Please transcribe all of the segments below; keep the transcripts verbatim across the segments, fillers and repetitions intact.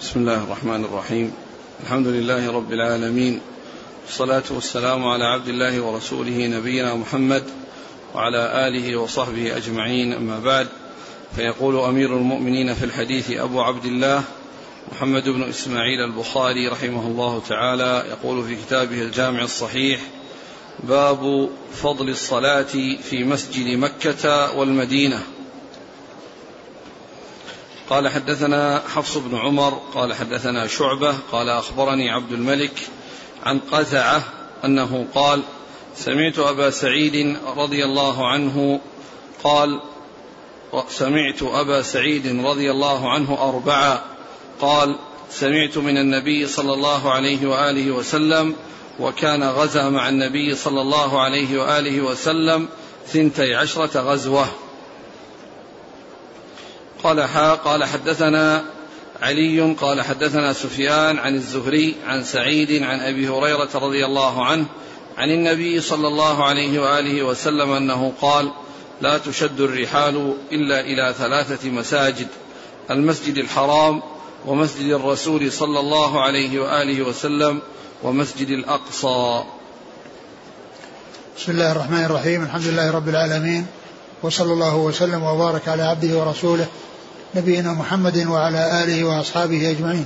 بسم الله الرحمن الرحيم. الحمد لله رب العالمين، والصلاة والسلام على عبد الله ورسوله نبينا محمد وعلى آله وصحبه أجمعين، أما بعد. فيقول أمير المؤمنين في الحديث أبو عبد الله محمد بن إسماعيل البخاري رحمه الله تعالى، يقول في كتابه الجامع الصحيح: باب فضل الصلاة في مسجد مكة والمدينة. قال: حدثنا حفص بن عمر قال حدثنا شعبة قال أخبرني عبد الملك عن قزعة أنه قال: سمعت أبا سعيد رضي الله عنه قال سمعت أبا سعيد رضي الله عنه أربعا قال: سمعت من النبي صلى الله عليه وآله وسلم، وكان غزا مع النبي صلى الله عليه وآله وسلم ثنتي عشرة غزوة. قال حا قال حدثنا علي قال حدثنا سفيان عن الزهري عن سعيد عن أبي هريرة رضي الله عنه عن النبي صلى الله عليه وآله وسلم أنه قال: لا تشد الرحال إلا إلى ثلاثة مساجد: المسجد الحرام، ومسجد الرسول صلى الله عليه وآله وسلم، ومسجد الأقصى. بسم الله الرحمن الرحيم. الحمد لله رب العالمين، وصلى الله وسلم وبارك على عبده ورسوله نبينا محمد وعلى آله وأصحابه أجمعين.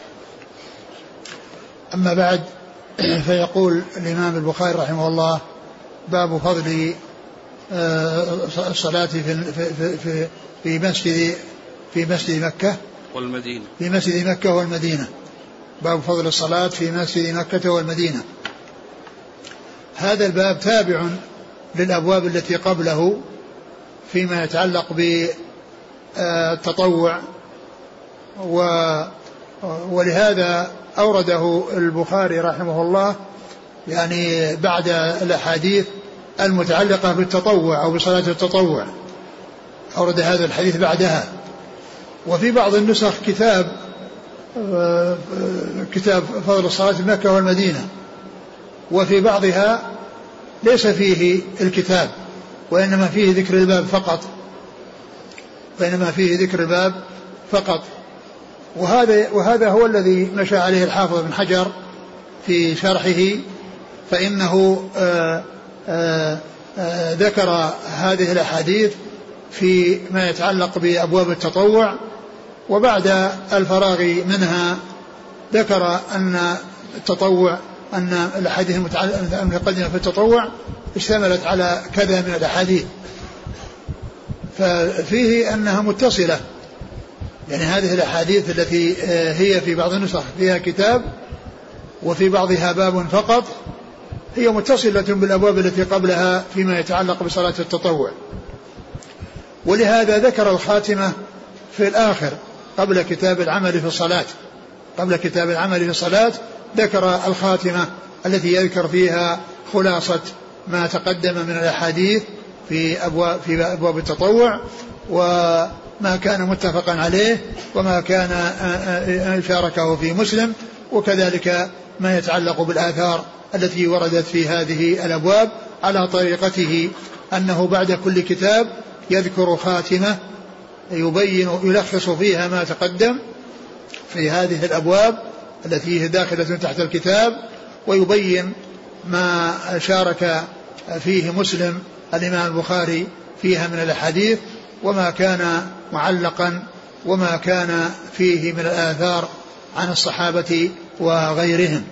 أما بعد، فيقول الإمام البخاري رحمه الله: باب فضل الصلاة في في في مسجد في مسجد مكة والمدينة في مسجد مكة والمدينة. باب فضل الصلاة في مسجد مكة والمدينة. هذا الباب تابع للأبواب التي قبله فيما يتعلق بالتطوع، ولهذا أورده البخاري رحمه الله يعني بعد الأحاديث المتعلقة بالتطوع أو بصلاة التطوع، أورد هذا الحديث بعدها. وفي بعض النسخ كتاب كتاب فضل الصلاة في مكة والمدينة، وفي بعضها ليس فيه الكتاب، وإنما فيه ذكر الباب فقط وإنما فيه ذكر الباب فقط وهذا وهذا هو الذي مشى عليه الحافظ بن حجر في شرحه، فإنه آآ آآ آآ ذكر هذه الأحاديث في ما يتعلق بأبواب التطوع، وبعد الفراغ منها ذكر أن التطوع أن الأحاديث المتقدمة في التطوع اشتملت على كذا من الأحاديث، ففيه أنها متصلة، يعني هذه الأحاديث التي هي في بعض النسخ فيها كتاب وفي بعضها باب فقط هي متصلة بالأبواب التي قبلها فيما يتعلق بصلاة التطوع. ولهذا ذكر الخاتمة في الآخر قبل كتاب العمل في الصلاة قبل كتاب العمل في الصلاة ذكر الخاتمة التي يذكر فيها خلاصة ما تقدم من الأحاديث في أبواب, في أبواب التطوع، وما كان متفقا عليه، وما كان شاركه في مسلم، وكذلك ما يتعلق بالآثار التي وردت في هذه الأبواب على طريقته، أنه بعد كل كتاب يذكر خاتمة يبين يلخص فيها ما تقدم في هذه الأبواب التي هي داخلة تحت الكتاب، ويبين ما شارك فيه مسلم الإمام البخاري فيها من الأحاديث، وما كان معلقا، وما كان فيه من الآثار عن الصحابة وغيرهم.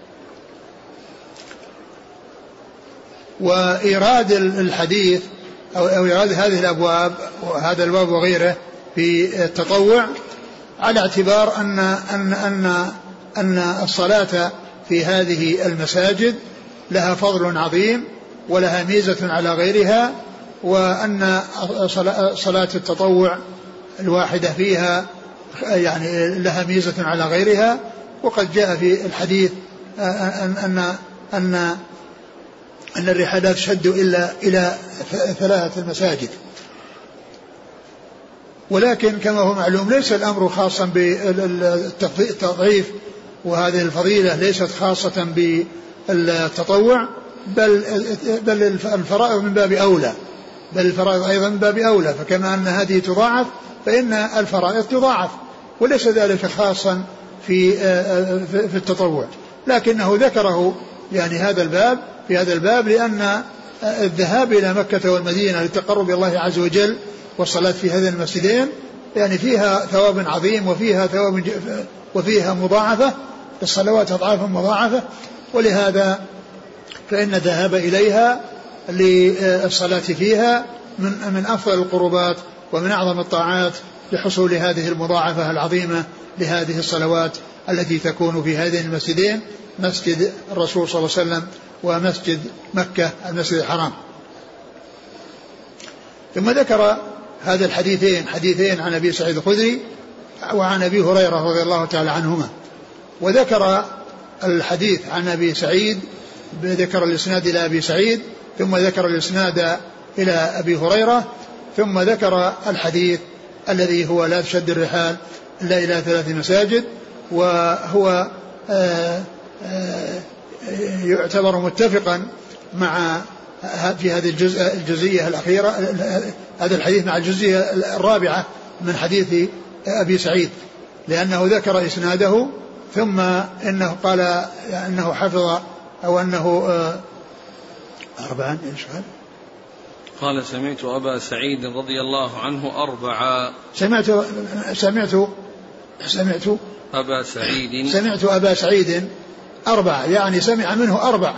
وإيراد الحديث أو إيراد هذه الأبواب وهذا الباب وغيره في التطوع على اعتبار أن أن أن أن الصلاة في هذه المساجد لها فضل عظيم ولها ميزة على غيرها، وأن صلاة التطوع الواحدة فيها يعني لها ميزة على غيرها. وقد جاء في الحديث أن أن أن أن الرحال لا تشد إلا إلى ثلاثة المساجد. ولكن كما هو معلوم ليس الأمر خاصا بالتضعيف، وهذه الفضيلة ليست خاصة بالتطوع، بل بل الفرائض من باب أولى بل الفرائض أيضا من باب أولى. فكما أن هذه تضاعف فإن الفرائض تضاعف، وليس ذلك خاصا في في التطوع، لكنه ذكره يعني هذا الباب في هذا الباب لأن الذهاب إلى مكة والمدينة للتقرب إلى الله عز وجل والصلاة في هذين المسجدين يعني فيها ثواب عظيم وفيها ثواب وفيها مضاعفة، الصلوات أضعافا مضاعفة، ولهذا فإن الذهاب إليها للصلاة فيها من من أفضل القربات ومن أعظم الطاعات لحصول هذه المضاعفة العظيمة لهذه الصلوات التي تكون في هذين المسجدين، مسجد الرسول صلى الله عليه وسلم ومسجد مكة المسجد الحرام. ثم ذكر هذا الحديثين حديثين عن أبي سعيد الخدري وعن أبي هريرة رضي الله تعالى عنهما، وذكر الحديث عن أبي سعيد ذكر الإسناد إلى أبي سعيد، ثم ذكر الإسناد إلى أبي هريرة، ثم ذكر الحديث الذي هو لا تشد الرحال إلا إلى ثلاث مساجد، وهو آآ آآ يعتبر متفقا مع في هذه الجزء الجزئية الأخيرة، هذا الحديث مع الجزئية الرابعة من حديث أبي سعيد، لأنه ذكر إسناده ثم إنه قال أنه حفظ أو أنه أربعا إيش قال؟ قال سمعت أبا سعيد رضي الله عنه أربعا. سمعت سمعت سمعت أبا سعيد سمعت أبا سعيد أربع، يعني سمع منه أربع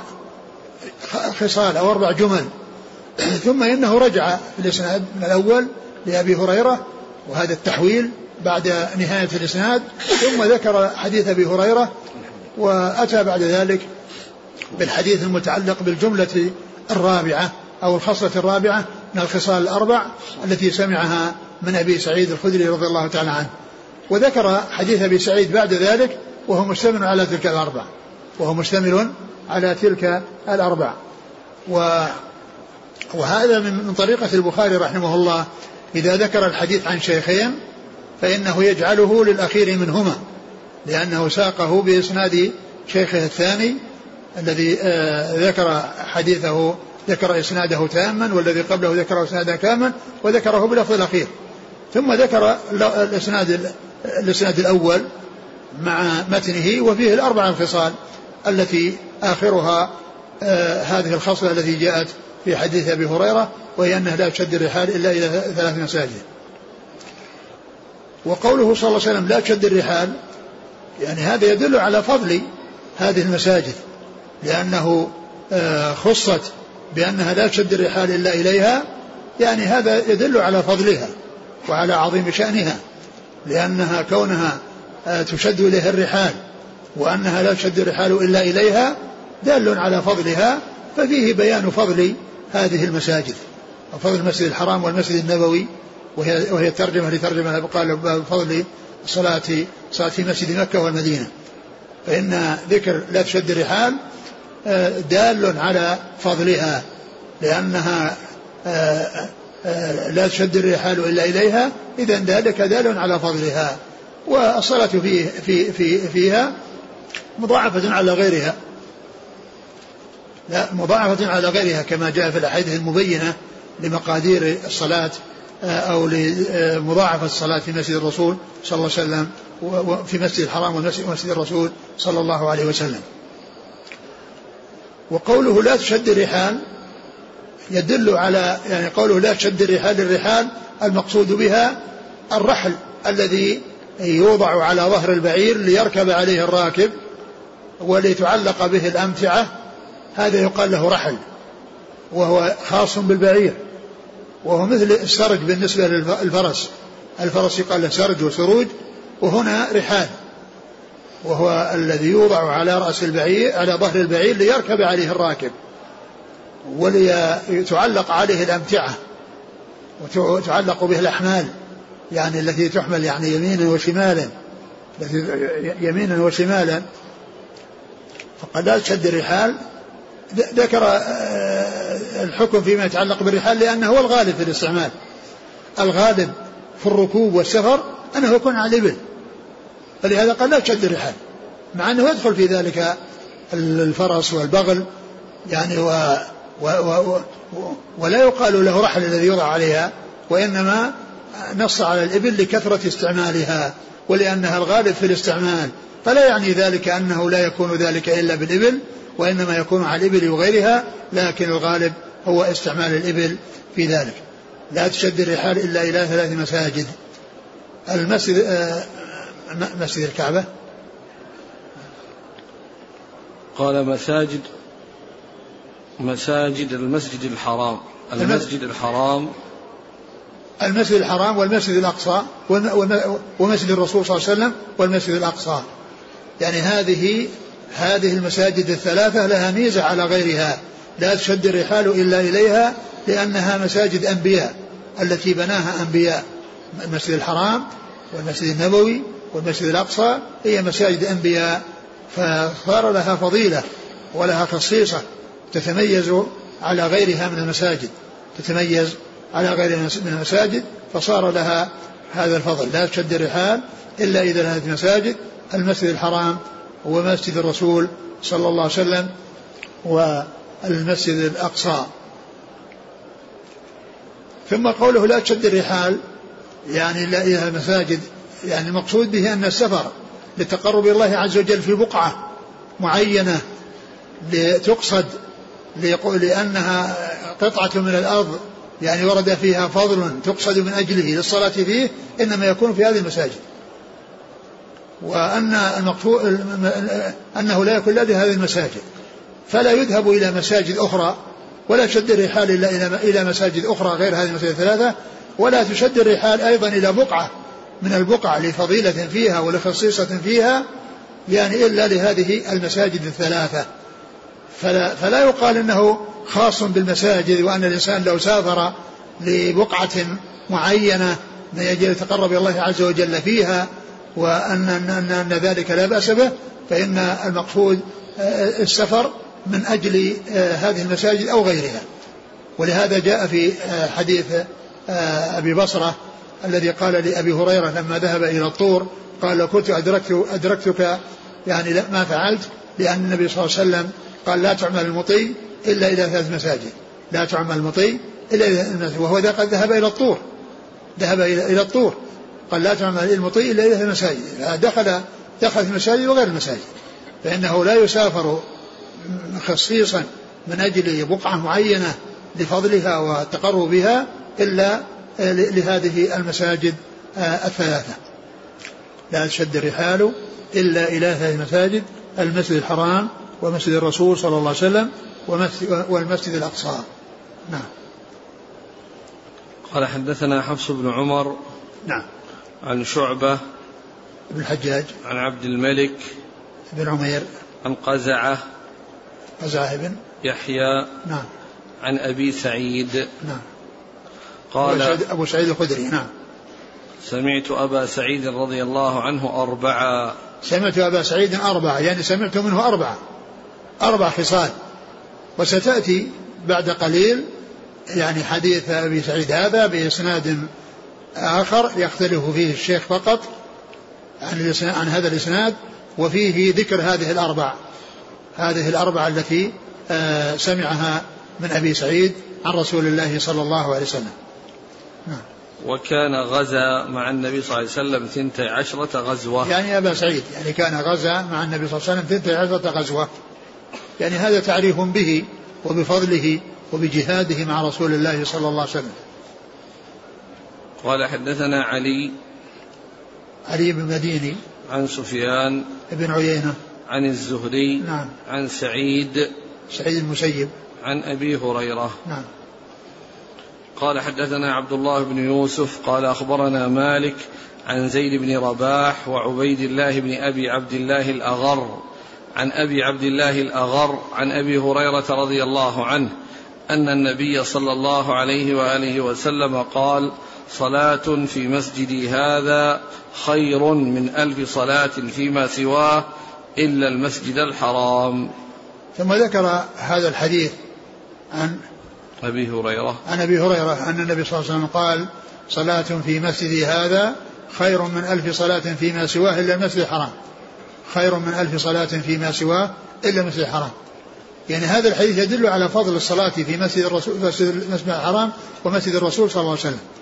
خصال أو أربع جمل. ثم إنه رجع في الإسناد من الأول لأبي هريرة وهذا التحويل بعد نهاية الإسناد، ثم ذكر حديث أبي هريرة وأتى بعد ذلك بالحديث المتعلق بالجملة الرابعة أو الخصلة الرابعة من الخصال الأربع التي سمعها من أبي سعيد الخدري رضي الله تعالى عنه، وذكر حديث أبي سعيد بعد ذلك وهو مشتمل على تلك الأربع وهو مشتمل على تلك الأربع و وهذا من طريقة البخاري رحمه الله، إذا ذكر الحديث عن شيخين فإنه يجعله للأخير منهما، لأنه ساقه بإسناد شيخه الثاني الذي ذكر حديثه ذكر إسناده تاما، والذي قبله ذكر إسناده كاما وذكره بلفظ الأخير، ثم ذكر الإسناد الإسناد الأول مع متنه وفيه الأربع الخصال التي آخرها آه هذه الخصلة التي جاءت في حديث أبي هريرة، وهي أنه لا تشد الرحال إلا إلى ثلاث مساجد. وقوله صلى الله عليه وسلم لا تشد الرحال يعني هذا يدل على فضل هذه المساجد، لأنه آه خصت بأنها لا تشد الرحال إلا إليها، يعني هذا يدل على فضلها وعلى عظيم شأنها، لأنها كونها آه تشد إليها الرحال وأنها لا تشد الرحال إلا إليها دال على فضلها، ففيه بيان فضل هذه المساجد وفضل المسجد الحرام والمسجد النبوي، وهي, وهي الترجمة لترجمة قال بفضل صلاة صلاة في مسجد مكة والمدينة، فإن ذكر لا تشد الرحال دال على فضلها، لأنها لا تشد الرحال إلا إليها، إذن ذلك دال على فضلها، والصلاة فيه في في فيها مضاعفة على غيرها، لا مضاعفة على غيرها كما جاء في الأحاديث المبينة لمقادير الصلاة أو لمضاعفة الصلاة في مسجد الرسول صلى الله عليه وسلم وفي مسجد الحرام ومسجد الرسول صلى الله عليه وسلم. وقوله لا تشد الرحال يدل على يعني قوله لا تشد الرحال الرحال المقصود بها الرحل الذي يوضع على ظهر البعير ليركب عليه الراكب وليتعلق به الأمتعة، هذا يقال له رحل، وهو خاص بالبعير، وهو مثل السرج بالنسبة للفرس، الفرس يقال له سرج وسروج، وهنا رحال، وهو الذي يوضع على رأس البعير على ظهر البعير ليركب عليه الراكب وليتعلق عليه الأمتعة وتعلق به الأحمال، يعني التي تحمل يعني يمينا وشمالا يمينا وشمالا. فقد لا تشد الرحال، ذكر الحكم فيما يتعلق بالرحال لأنه هو الغالب في الاستعمال، الغالب في الركوب والسفر أنه يكون على الإبل، فلهذا قال لا تشد الرحال، مع أنه يدخل في ذلك الفرس والبغل يعني و و و و ولا يقال له رحل الذي يوضع عليها، وإنما نص على الإبل لكثرة استعمالها ولأنها الغالب في الاستعمال، فلا يعني ذلك أنه لا يكون ذلك إلا بالإبل، وإنما يكون على الإبل وغيرها، لكن الغالب هو استعمال الإبل في ذلك. لا تشد الرحال إلا إلى ثلاث مساجد. المسجد آه مسجد الكعبة قال مساجد مساجد المسجد الحرام المسجد الحرام المسجد الحرام والمسجد الأقصى ومسجد الرسول صلى الله عليه وسلم والمسجد الأقصى. يعني هذه هذه المساجد الثلاثة لها ميزة على غيرها، لا تشد الرحال إلا إليها لأنها مساجد أنبياء التي بناها أنبياء. المسجد الحرام والمسجد النبوي والمسجد الأقصى هي مساجد أنبياء، فصار لها فضيلة ولها خصيصة تتميز على غيرها من المساجد، تتميز على غيرها من المساجد، فصار لها هذا الفضل. لا تشد الرحال إلا إذا هذه المساجد: المسجد الحرام ومسجد الرسول صلى الله عليه وسلم والمسجد الأقصى. ثم قوله لا تشد الرحال يعني لا إلى المساجد، يعني المقصود به أن السفر للتقرب إلى الله عز وجل في بقعة معينة لتقصد لأنها قطعة من الأرض يعني ورد فيها فضل تقصد من أجله للصلاة فيه، إنما يكون في هذه المساجد. وأن المقصود أنه لا يكون إلا هذه المساجد، فلا يذهب إلى مساجد أخرى، ولا تشد الرحال إلا إلى مساجد أخرى غير هذه المساجد الثلاثة، ولا تشد الرحال أيضا إلى بقعة من البقع لفضيلة فيها ولخصيصة فيها يعني إلا لهذه المساجد الثلاثة. فلا, فلا يقال إنه خاص بالمساجد، وأن الإنسان لو سافر لبقعة معينة من يجب يتقرب إلى الله عز وجل فيها وأن أن أن ذلك لا بأس به، فإن المقصود السفر من أجل هذه المساجد أو غيرها. ولهذا جاء في حديث أبي بصرة الذي قال لأبي هريرة لما ذهب إلى الطور قال: لو كنت أدركت أدركتك يعني ما فعلت، لأن النبي صلى الله عليه وسلم قال: لا تعمل المطي إلا إلى ثلاث مساجد، لا تعمل المطي إلا إلى ثلاث مساجد، وهو ذا قد ذهب إلى الطور، ذهب إلى الطور قال: لا تعمل المطي إلا إلى ثلاث مساجد. دخل دخل في المساجد وغير المساجد، فإنه لا يسافر خصيصا من أجل بقعة معينة لفضلها والتقرب بها إلا لهذه المساجد الثلاثة. لا تشد الرحال إلا إلى هذه المساجد: المسجد الحرام ومسجد الرسول صلى الله عليه وسلم والمسجد الأقصى. نعم. قال: حدثنا حفص بن عمر نعم عن شعبة بن الحجاج عن عبد الملك بن عمير عن قزعة قزعة بن يحيى نعم عن أبي سعيد نعم قال: أبو سعيد الخدري نعم سمعت أبا سعيد رضي الله عنه أربعة سمعت أبا سعيد أربعة يعني سمعت منه أربعة أربع خصال، وستأتي بعد قليل يعني حديث أبي سعيد هذا بإسناد آخر يختلف فيه الشيخ فقط عن, عن هذا الإسناد، وفيه ذكر هذه الأربع هذه الأربعة التي آه سمعها من أبي سعيد عن رسول الله صلى الله عليه وسلم. نعم. وكان غزا مع النبي صلى الله عليه وسلم ثنتي عشرة غزوة. يعني أبا سعيد يعني كان غزا مع النبي صلى الله عليه وسلم ثنتي عشرة غزوة، يعني هذا تعريف به وبفضله وبجهاده مع رسول الله صلى الله عليه وسلم. قال: حدثنا علي علي بن مديني عن سفيان بن عيينة عن الزهري نعم عن سعيد سعيد المسيب عن أبي هريرة نعم. قال: حدثنا عبد الله بن يوسف قال: أخبرنا مالك عن زيد بن رباح وعبيد الله بن أبي عبد الله الأغر عن أبي عبد الله الأغر عن أبي هريرة رضي الله عنه أن النبي صلى الله عليه وآله وسلم قال: صلاة في مسجدي هذا خير من ألف صلاة فيما سواه إلا المسجد الحرام. ثم ذكر هذا الحديث عن أبي هريرة عن أبي هريرة أن النبي صلى الله عليه وسلم قال: صلاة في مسجدي هذا خير من ألف صلاة فيما سواه إلا المسجد الحرام، خير من ألف صلاة فيما سواه إلا المسجد الحرام. يعني هذا الحديث يدل على فضل الصلاة في مسجد الرسول مسجد المسجد الحرام ومسجد الرسول صلى الله عليه وسلم،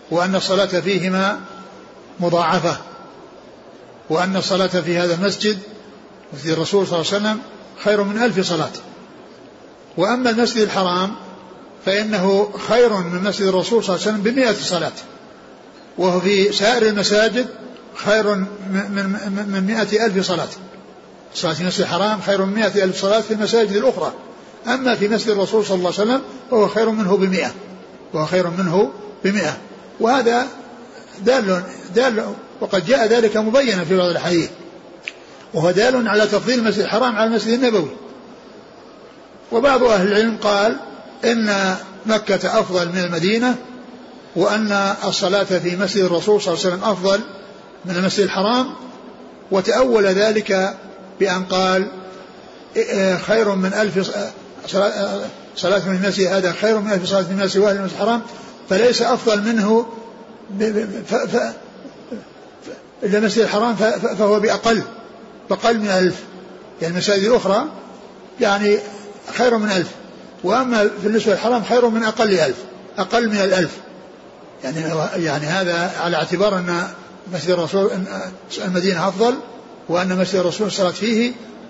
وأن الصلاة فيهما مضاعفة، وأن الصلاة في هذا المسجد مسجد الرسول صلى الله عليه وسلم خير من ألف صلاة. وأما المسجد الحرام فإنه خير من مسجد الرسول صلى الله عليه وسلم بمئة صلاة، وهو في سائر المساجد خير من من مئة ألف صلاة. صلاة في المسجد الحرام خير من مئة ألف صلاة في المساجد الأخرى، أما في مسجد الرسول صلى الله عليه وسلم فهو خير منه بمئة، وهو خير منه بمئة. وهذا دال دال وقد جاء ذلك مبينا في بعض الحديث، وهو دال على تفضيل المسجد الحرام على المسجد النبوي. وبعض أهل العلم قال إن مكة أفضل من المدينة، وأن الصلاة في مسجد الرسول صلى الله عليه وسلم أفضل من المسجد الحرام، وتأول ذلك بأن قال خير من ألف صلاة في المسجد هذا خير من ألف صلاة في المسجد واحد المسجد الحرام، فليس أفضل منه إلا المسجد الحرام فهو بأقل بأقل من ألف، يعني المساجد الأخرى يعني خير من ألف، وأما في المسجد الحرام خير من أقل ألف، أقل من الألف. يعني يعني هذا على اعتبار أن مسجد الرسول المدينة أفضل، وأن مسجد الرسول الصلاة فيه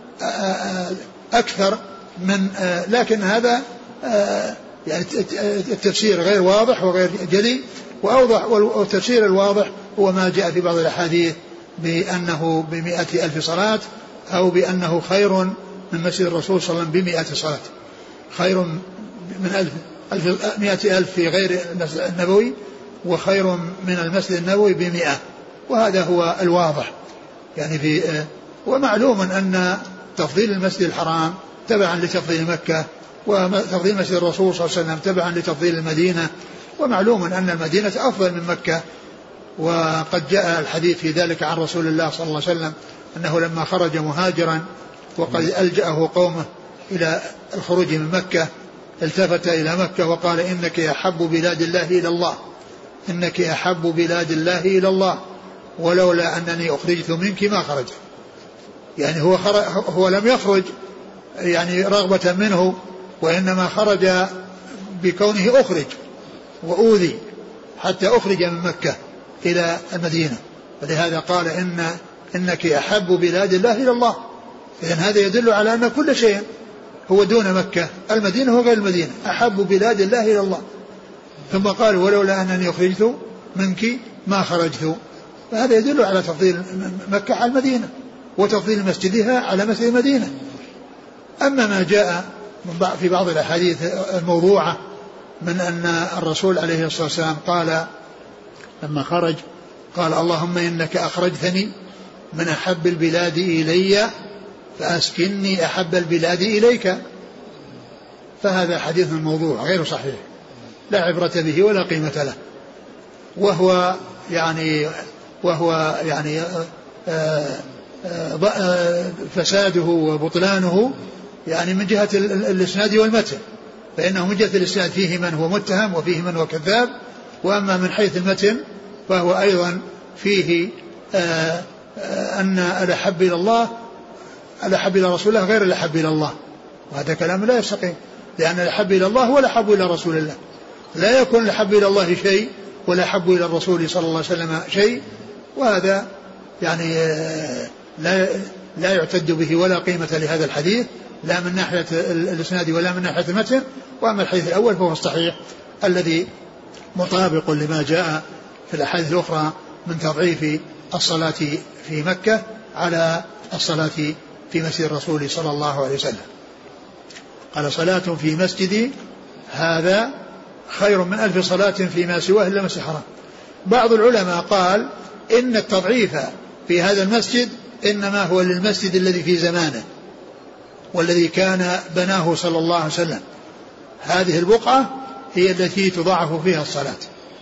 أكثر من، لكن هذا يعني التفسير غير واضح وغير جلي، وأوضح والتفسير الواضح هو ما جاء في بعض الأحاديث بأنه بمئة ألف صلاة، أو بأنه خير من مسجد الرسول صلى الله عليه وسلم بمئة صلاة، خير من ألف ألف مئة ألف في غير المسجد النبوي، وخير من المسجد النبوي بمئة. وهذا هو الواضح يعني في. ومعلوم أن تفضيل المسجد الحرام تبعا لتفضيل مكة، وتفضيل مسجد الرسول صلى الله عليه وسلم تبعا لتفضيل المدينة، ومعلوم أن المدينة أفضل من مكة. وقد جاء الحديث في ذلك عن رسول الله صلى الله عليه وسلم أنه لما خرج مهاجرا وقد ألجأه قومه إلى الخروج من مكة التفت إلى مكة وقال إنك أحب بلاد الله إلى الله، إنك أحب بلاد الله إلى الله، ولولا أنني أخرجت منك ما خرج. يعني هو, هو لم يخرج يعني رغبة منه، وإنما خرج بكونه أخرج وأوذي حتى أخرج من مكة إلى المدينة، فلهذا قال إن إنك أحب بلاد الله إلى الله. إذن هذا يدل على أن كل شيء هو دون مكة، المدينة وغير المدينة أحب بلاد الله إلى الله. ثم قال ولولا أنني أخرجت منك ما خرجت، فهذا يدل على تفضيل مكة على المدينة، وتفضيل مسجدها على مسجد المدينة. أما ما جاء في بعض الأحاديث الموضوعة من أن الرسول عليه الصلاة والسلام قال لما خرج قال اللهم إنك أخرجتني من أحب البلاد إلي فأسكنني أحب البلاد إليك، فهذا حديث موضوع غير صحيح لا عبرة به ولا قيمة له، وهو يعني وهو يعني آآ آآ فساده وبطلانه يعني من جهة الإسناد والمتن، فإنه من جهة الإسناد فيه من هو متهم وفيه من هو كذاب، وأما من حيث المتن فهو أيضا فيه آآ آآ أن الأحب إلى الله الأحب إلى رسول الله غير الأحب إلى الله، وهذا كلام لا يستقيم، لأن الأحب إلى الله هو الأحب إلى رسول الله، لا يكون الأحب إلى الله شيء ولا أحب إلى الرسول صلى الله عليه وسلم شيء، وهذا يعني لا لا يعتد به ولا قيمة لهذا الحديث لا من ناحية الإسناد ولا من ناحية المتن. وأما الحديث الأول فهو الصحيح الذي مطابق لما جاء في الأحاديث الأخرى من تضعيف الصلاة في مكة على الصلاة في مسجد الرسول صلى الله عليه وسلم. قال صلاة في مسجدي هذا خير من ألف صلاة فيما سواه إلا مسجد الحرام. بعض العلماء قال إن التضعيف في هذا المسجد إنما هو للمسجد الذي في زمانه والذي كان بناه صلى الله عليه وسلم، هذه البقعة هي التي تضاعف فيها الصلاة،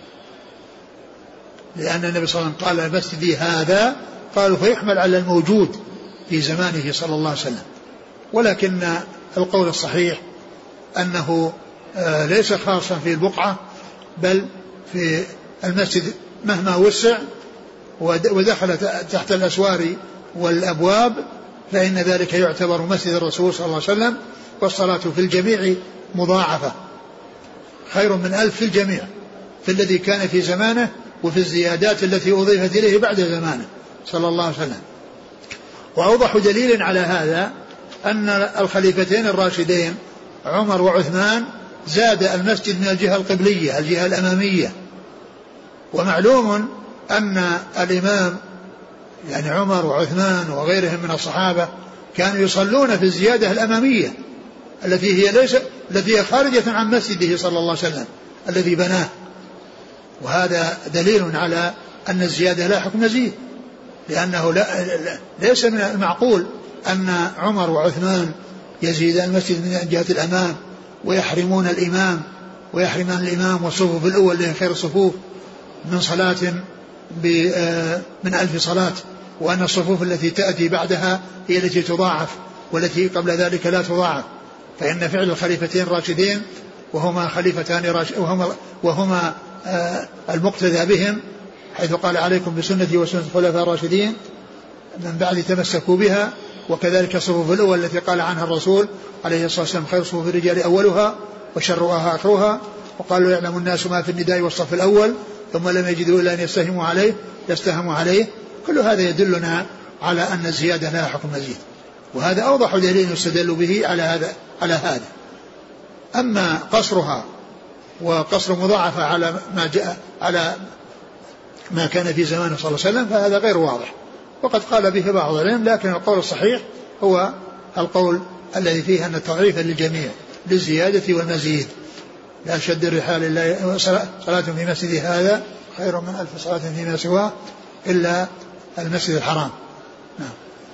لأن النبي صلى الله عليه وسلم قال مسجدي هذا، قالوا فيحمل على الموجود في زمانه صلى الله عليه وسلم. ولكن القول الصحيح أنه ليس خاصا في البقعة بل في المسجد مهما وسع ودخل تحت الأسوار والأبواب فإن ذلك يعتبر مسجد الرسول صلى الله عليه وسلم، والصلاة في الجميع مضاعفة خير من ألف في الجميع، في الذي كان في زمانه وفي الزيادات التي أضيفت إليه بعد زمانه صلى الله عليه وسلم. وأوضح دليل على هذا أن الخليفتين الراشدين عمر وعثمان زاد المسجد من الجهة القبلية الجهة الأمامية. ومعلوم أن الإمام يعني عمر وعثمان وغيرهم من الصحابة كانوا يصلون في الزيادة الأمامية التي هي ليس التي هي خارجة عن مسجده صلى الله عليه وسلم الذي بناه. وهذا دليل على أن الزيادة لا حكم مزيد، لأنه لا ليس من المعقول أن عمر وعثمان يزيدان المسجد من جهة الأمام ويحرمون الإمام ويحرمان الإمام والصفوف الأول اللي خير الصفوف من صلاة من ألف صلاة، وأن الصفوف التي تأتي بعدها هي التي تضاعف والتي قبل ذلك لا تضاعف. فإن فعل الخليفتين الراشدين وهما خليفتان راشد وهما, وهما المقتدى بهم، حيث قال عليكم بسنتي وسنة الخلفاء الراشدين من بعد تمسكوا بها، وكذلك الصفوف الأول التي قال عنها الرسول عليه الصلاة والسلام خير صفوف الرجال أولها وشرها آخرها، وقالوا يعلم الناس ما في النداء والصف الأول ثم لم يجدوا إلا أن يستهموا عليه يستهموا عليه. كل هذا يدلنا على أن الزيادة لها حكم مزيد، وهذا أوضح دليل يستدل به على هذا على هذا. أما قصرها وقصر مضاعفة على ما جاء على ما كان في زمانه صلى الله عليه وسلم فهذا غير واضح، وقد قال به بعض العلم، لكن القول الصحيح هو القول الذي فيه أن التضعيف للجميع للزيادة والمزيد. لا شد الرحال إلا صلاة في مسجد هذا خير من ألف صلاة فيما سواه إلا المسجد الحرام. نعم.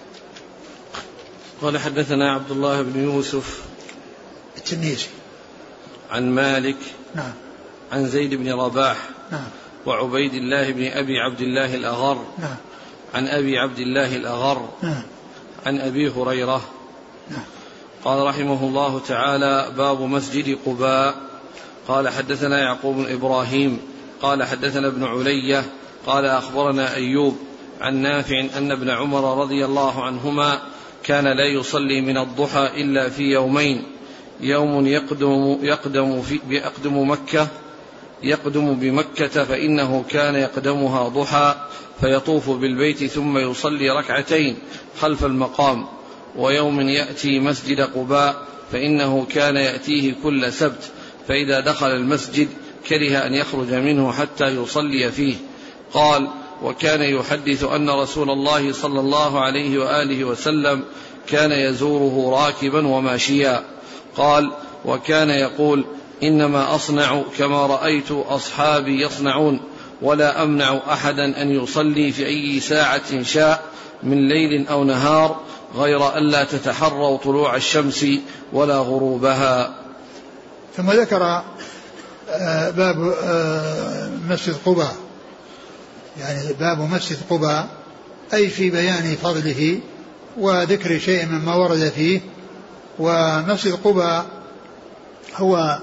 قال حدثنا عبد الله بن يوسف التنيسي عن مالك نعم عن زيد بن رباح نعم وعبيد الله بن أبي عبد الله الأغر نعم عن أبي عبد الله الأغر نعم عن أبي هريرة نعم. قال رحمه الله تعالى باب مسجد قباء. قال حدثنا يعقوب بن إبراهيم قال حدثنا ابن علية قال أخبرنا أيوب عن نافع أن ابن عمر رضي الله عنهما كان لا يصلي من الضحى إلا في يومين، يوم يقدم, يقدم, في يقدم مكة يقدم بمكة فإنه كان يقدمها ضحى فيطوف بالبيت ثم يصلي ركعتين خلف المقام، ويوم يأتي مسجد قباء فإنه كان يأتيه كل سبت، فإذا دخل المسجد كره أن يخرج منه حتى يصلي فيه. قال وكان يحدث أن رسول الله صلى الله عليه وآله وسلم كان يزوره راكبا وماشيا. قال وكان يقول إنما أصنع كما رأيت أصحابي يصنعون، ولا أمنع أحدا أن يصلي في أي ساعة شاء من ليل أو نهار غير ألا تتحروا طلوع الشمس ولا غروبها. ثم ذكر باب مسجد قباء، يعني باب مسجد قباء أي في بيان فضله وذكر شيء مما ورد فيه. ومسجد قباء هو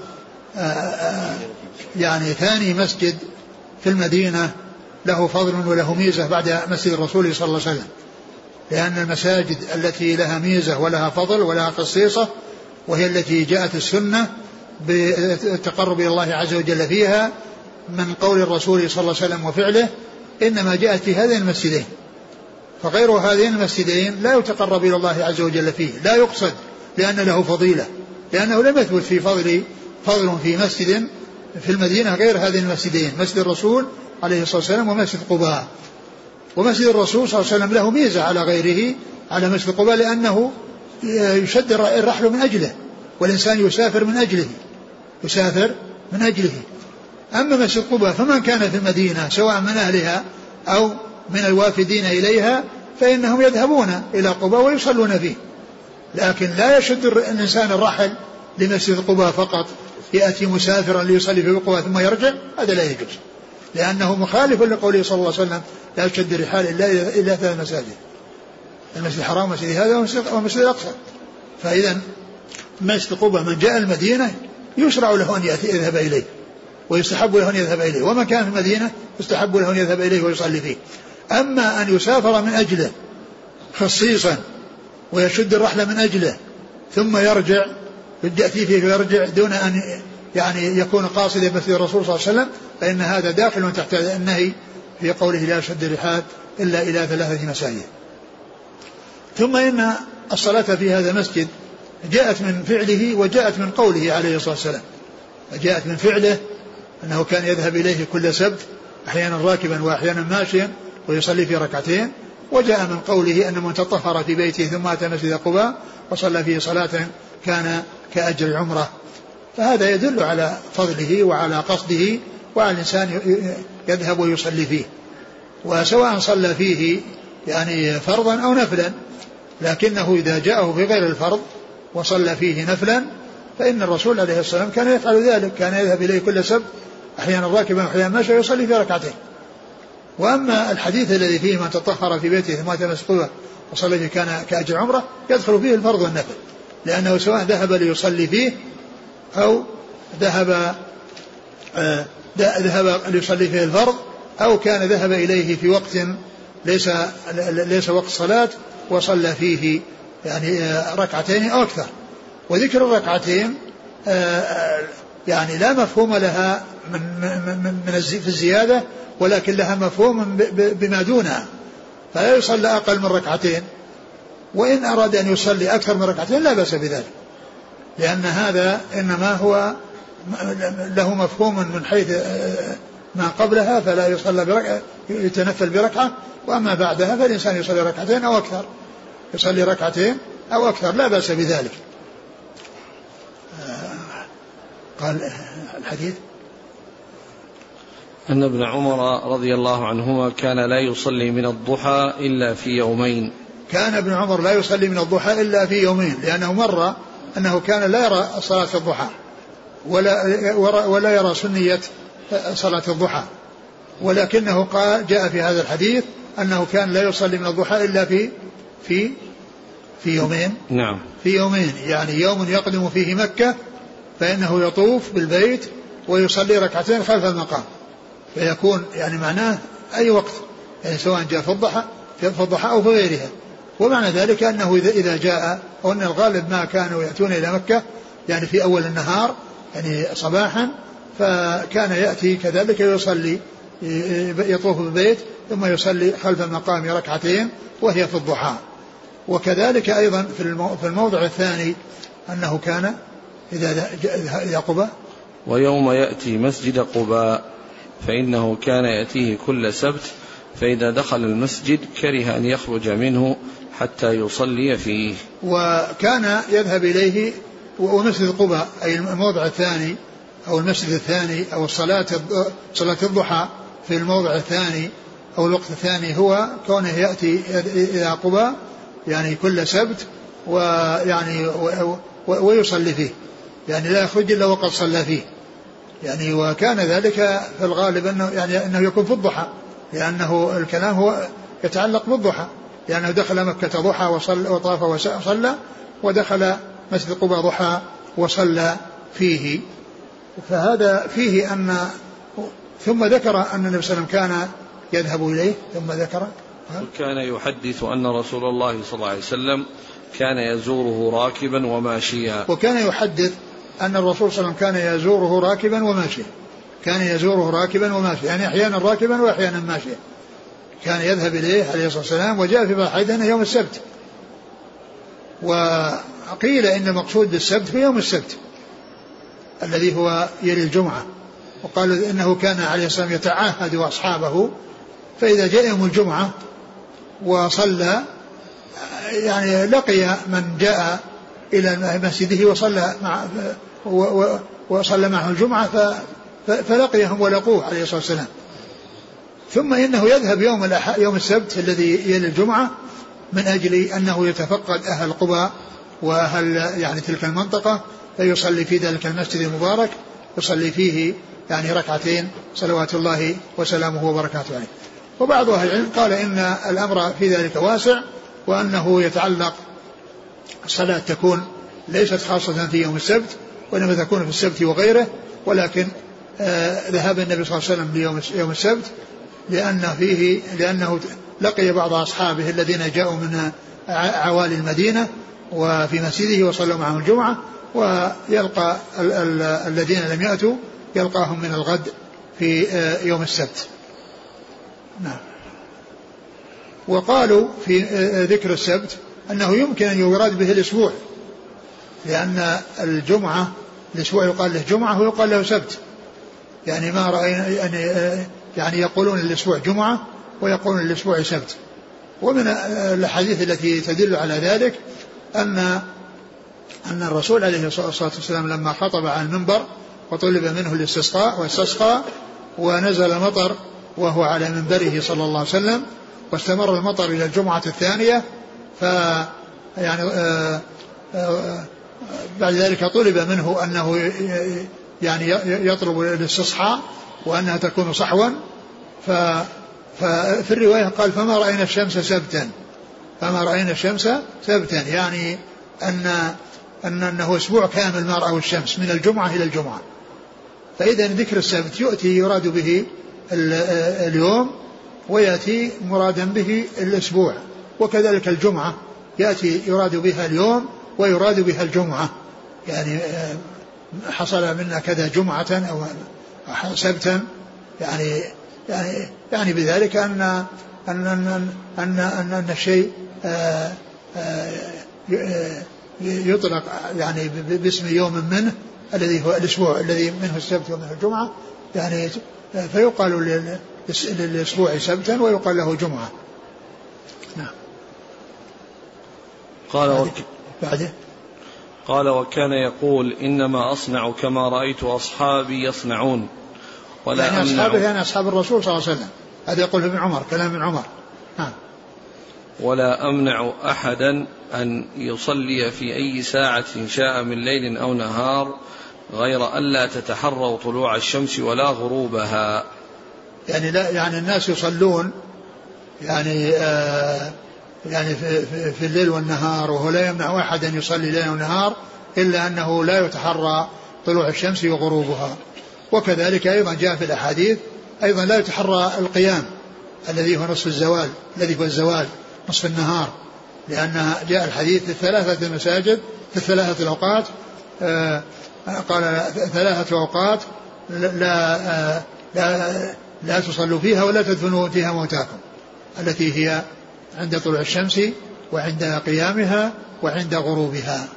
يعني ثاني مسجد في المدينة له فضل وله ميزة بعد مسجد الرسول صلى الله عليه وسلم، لأن المساجد التي لها ميزة ولها فضل ولها خصيصة وهي التي جاءت السنة بالتقرب إلى الله عز وجل فيها من قول الرسول صلى الله عليه وسلم وفعله، إنما جاءت في هذين المسجدين، فغير هذين المسجدين لا يتقرب إلى الله عز وجل فيه، لا يقصد لأن له فضيلة، لأنه لم يثبت في فضل فضل في مسجد في المدينة غير هذين المسجدين، مسجد الرسول عليه الصلاة والسلام ومسجد قباء. ومسجد الرسول صلى الله عليه وسلم له ميزة على غيره على مسجد قباء، لأنه يشد الرحل من أجله، والإنسان يسافر من أجله يسافر من أجله. أما مسجد قباء فمن كان في المدينة سواء من أهلها أو من الوافدين إليها فإنهم يذهبون إلى قباء ويصلون فيه، لكن لا يشد الإنسان الرحل لمسجد قباء فقط، يأتي مسافرا ليصلي في قباء ثم يرجع، هذا لا يجوز، لأنه مخالف لقوله صلى الله عليه وسلم لا يشد الرحال إلا إلا ثلاث مساجد، المسجد الحرام ومسجد هذا ومسجد الأقصى. فإذا مسجد قباء من جاء المدينة يشرع له أن يذهب إليه ويستحب له أن يذهب إليه، ومن كان في المدينة يستحب له أن يذهب إليه ويصلي فيه. أما أن يسافر من أجله خصيصا ويشد الرحلة من أجله ثم يرجع يأتي فيه ويرجع دون أن يعني يكون قاصدا مسجد الرسول صلى الله عليه وسلم فإن هذا داخل تحت النهي في قوله لا يشد الرحال إلا إلى ثلاثة مساجد. ثم إن الصلاة في هذا المسجد جاءت من فعله وجاءت من قوله عليه الصلاة والسلام. جاءت من فعله أنه كان يذهب إليه كل سبت أحيانا راكبا وأحيانا ماشيا ويصلي في ركعتين. وجاء من قوله أن من تطهر في بيته ثم أتى مسجد قباء وصلى فيه صلاة كان كأجر عمره. فهذا يدل على فضله وعلى قصده وعلى الإنسان يذهب ويصلي فيه، وسواء صلى فيه يعني فرضا أو نفلا، لكنه إذا جاءه في غير الفرض وصلى فيه نفلا فإن الرسول عليه السلام كان يفعل ذلك، كان يذهب إليه كل سبت أحيانا راكبا وأحيانا ماشيا ويصلي في ركعتين. وأما الحديث الذي فيه من تطهر في بيته ثم أتى مسجد وصلى فيه كان كأجر عمره يدخل فيه الفرض والنفل، لأنه سواء ذهب ليصلي فيه أو ذهب آه ذهب ليصلي فيه الفرض أو كان ذهب إليه في وقت ليس ليس وقت صلاة وصلى فيه يعني آه ركعتين أو أكثر. وذكر الركعتين آه يعني لا مفهوم لها من من من في الزيادة، ولكن لها مفهوم بما دونها، فلا يصلى أقل من ركعتين، وإن أراد أن يصلي أكثر من ركعتين لا بأس بذلك، لأن هذا إنما هو له مفهوم من حيث ما قبلها، فلا يصلى بركعة يتنفل بركعة، وأما بعدها فالإنسان يصلي ركعتين أو أكثر، يصلي ركعتين أو أكثر لا بأس بذلك. قال الحديث أن ابن عمر رضي الله عنهما كان لا يصلي من الضحى إلا في يومين. كان ابن عمر لا يصلي من الضحى إلا في يومين، لأنه مر أنه كان لا يرى صلاة الضحى ولا ولا يرى سنية صلاة الضحى، ولكنه قال جاء في هذا الحديث أنه كان لا يصلي من الضحى إلا في في في يومين. نعم في يومين، يعني يوم يقدم فيه مكة فإنه يطوف بالبيت ويصلي ركعتين خلف المقام، فيكون يعني معناه أي وقت، يعني سواء جاء في الضحى في الضحى أو في غيرها. ومعنى ذلك أنه إذا جاء، أو أن الغالب ما كانوا يأتون إلى مكة يعني في أول النهار يعني صباحا، فكان يأتي كذلك يصلي يطوف بالبيت ثم يصلي خلف المقام ركعتين وهي في الضحى. وكذلك أيضا في الموضع الثاني أنه كان إذا إذا قباء ويوم يأتي مسجد قباء فإنه كان يأتيه كل سبت، فإذا دخل المسجد كره أن يخرج منه حتى يصلي فيه. وكان يذهب إليه، ومسجد قباء أي الموضع الثاني أو المسجد الثاني أو الصلاة صلاة الضحى في الموضع الثاني أو الوقت الثاني هو كونه يأتي إلى قباء يعني كل سبت ويعني ويصلي فيه، يعني لا يخرج إلا وقد صلى فيه يعني. وكان ذلك في الغالب أنه يعني أنه يكون في الضحى، لأنه الكلام هو يتعلق بالضحى، لأنه دخل مكة ضحى وصلى وطاف وصلى، ودخل مسجد قباء ضحى وصلى فيه. فهذا فيه أن ثم ذكر أن النبي صلى الله عليه وسلم كان يذهب إليه، ثم ذكر كان يحدث أن رسول الله صلى الله عليه وسلم كان يزوره راكبا وماشيا. وكان يحدث أن الرسول صلى الله عليه وسلم كان يزوره راكبا وماشيا، كان يزوره راكبا وماشيا، يعني أحيانا راكبا وأحيانا ماشيا، كان يذهب إليه عليه الصلاة والسلام. وجاء في بعض الحديث يوم السبت، وقيل إن المقصود بالسبت في يوم السبت الذي هو يلي الجمعة، وقالوا إنه كان عليه الصلاة والسلام يتعاهد أصحابه، فإذا جاء يوم الجمعة وصلى يعني لقي من جاء إلى مسجده وصلى مع وصلى معه الجمعة فلقيهم ولقوه عليه الصلاة والسلام. ثم إنه يذهب يوم يوم السبت الذي يلي الجمعة من أجل أنه يتفقد أهل قباء وأهل يعني تلك المنطقة، فيصلي في ذلك المسجد المبارك، يصلي فيه يعني ركعتين صلوات الله وسلامه وبركاته عليه. وبعض أهل العلم قال إن الأمر في ذلك واسع، وأنه يتعلق الصلاة تكون ليست خاصة في يوم السبت، وإنما تكون في السبت وغيره، ولكن آه ذهب النبي صلى الله عليه وسلم ليوم يوم السبت لأن فيه لأنه لقي بعض أصحابه الذين جاءوا من عوالي المدينة وفي مسجده وصلوا معهم الجمعة، ويلقى ال- ال- الذين لم يأتوا يلقاهم من الغد في يوم السبت. نعم. وقالوا في ذكر السبت أنه يمكن أن يراد به الأسبوع، لأن الجمعة الأسبوع يقال له جمعة ويقال له سبت، يعني ما رأينا يعني, يعني يقولون الأسبوع جمعة ويقولون الأسبوع سبت. ومن الحديث التي تدل على ذلك أن أن الرسول عليه الصلاة والسلام لما خطب على المنبر وطلب منه الاستسقاء واستسقى ونزل المطر وهو على منبره صلى الله عليه وسلم، واستمر المطر إلى الجمعة الثانية، ف يعني آآ آآ بعد ذلك طلب منه أنه يعني يطلب الاستصحاء وأنها تكون صحوا، ف ففي الرواية قال فما رأينا الشمس سبتا فما رأينا الشمس سبتا يعني أن أن أنه أسبوع كامل ما رأوا الشمس من الجمعة إلى الجمعة. فإذا ذكر السبت يؤتي يراد به اليوم ويأتي مرادا به الأسبوع، وكذلك الجمعة يأتي يراد بها اليوم ويراد بها الجمعة، يعني حصل منا كذا جمعة أو سبتا، يعني يعني يعني بذلك أن أن أن أن أن, أن الشيء يطلق يعني باسم يوم منه الذي هو الأسبوع الذي منه السبت ومنه الجمعة، يعني فيقال للأسبوع سبتا ويقال له جمعة. نعم. قال وك... بعده قال وكان يقول إنما أصنع كما رأيت أصحابي يصنعون ولا يعني أمنع أصحابه يعني أصحاب الرسول صلى الله عليه وسلم، هذا يقول ابن عمر كلام ابن عمر. نعم. ولا أمنع أحدا أن يصلي في أي ساعة شاء من ليل أو نهار غير ألا تتحروا طلوع الشمس ولا غروبها. يعني لا يعني الناس يصلون يعني آه يعني في, في, في الليل والنهار، وهو لا يمنع أحد أن يصلي ليل ونهار إلا أنه لا يتحرى طلوع الشمس وغروبها. وكذلك أيضا جاء في الأحاديث أيضا لا يتحرى القيام الذي هو نصف الزوال الذي هو الزوال نصف النهار، لأن جاء الحديث في الثلاثة المساجد في الثلاثة الأوقات آه قال ثلاثة أوقات لا, آه لا, لا تصلوا فيها ولا تدفنوا فيها موتاكم، التي هي عند طلوع الشمس وعند قيامها وعند غروبها.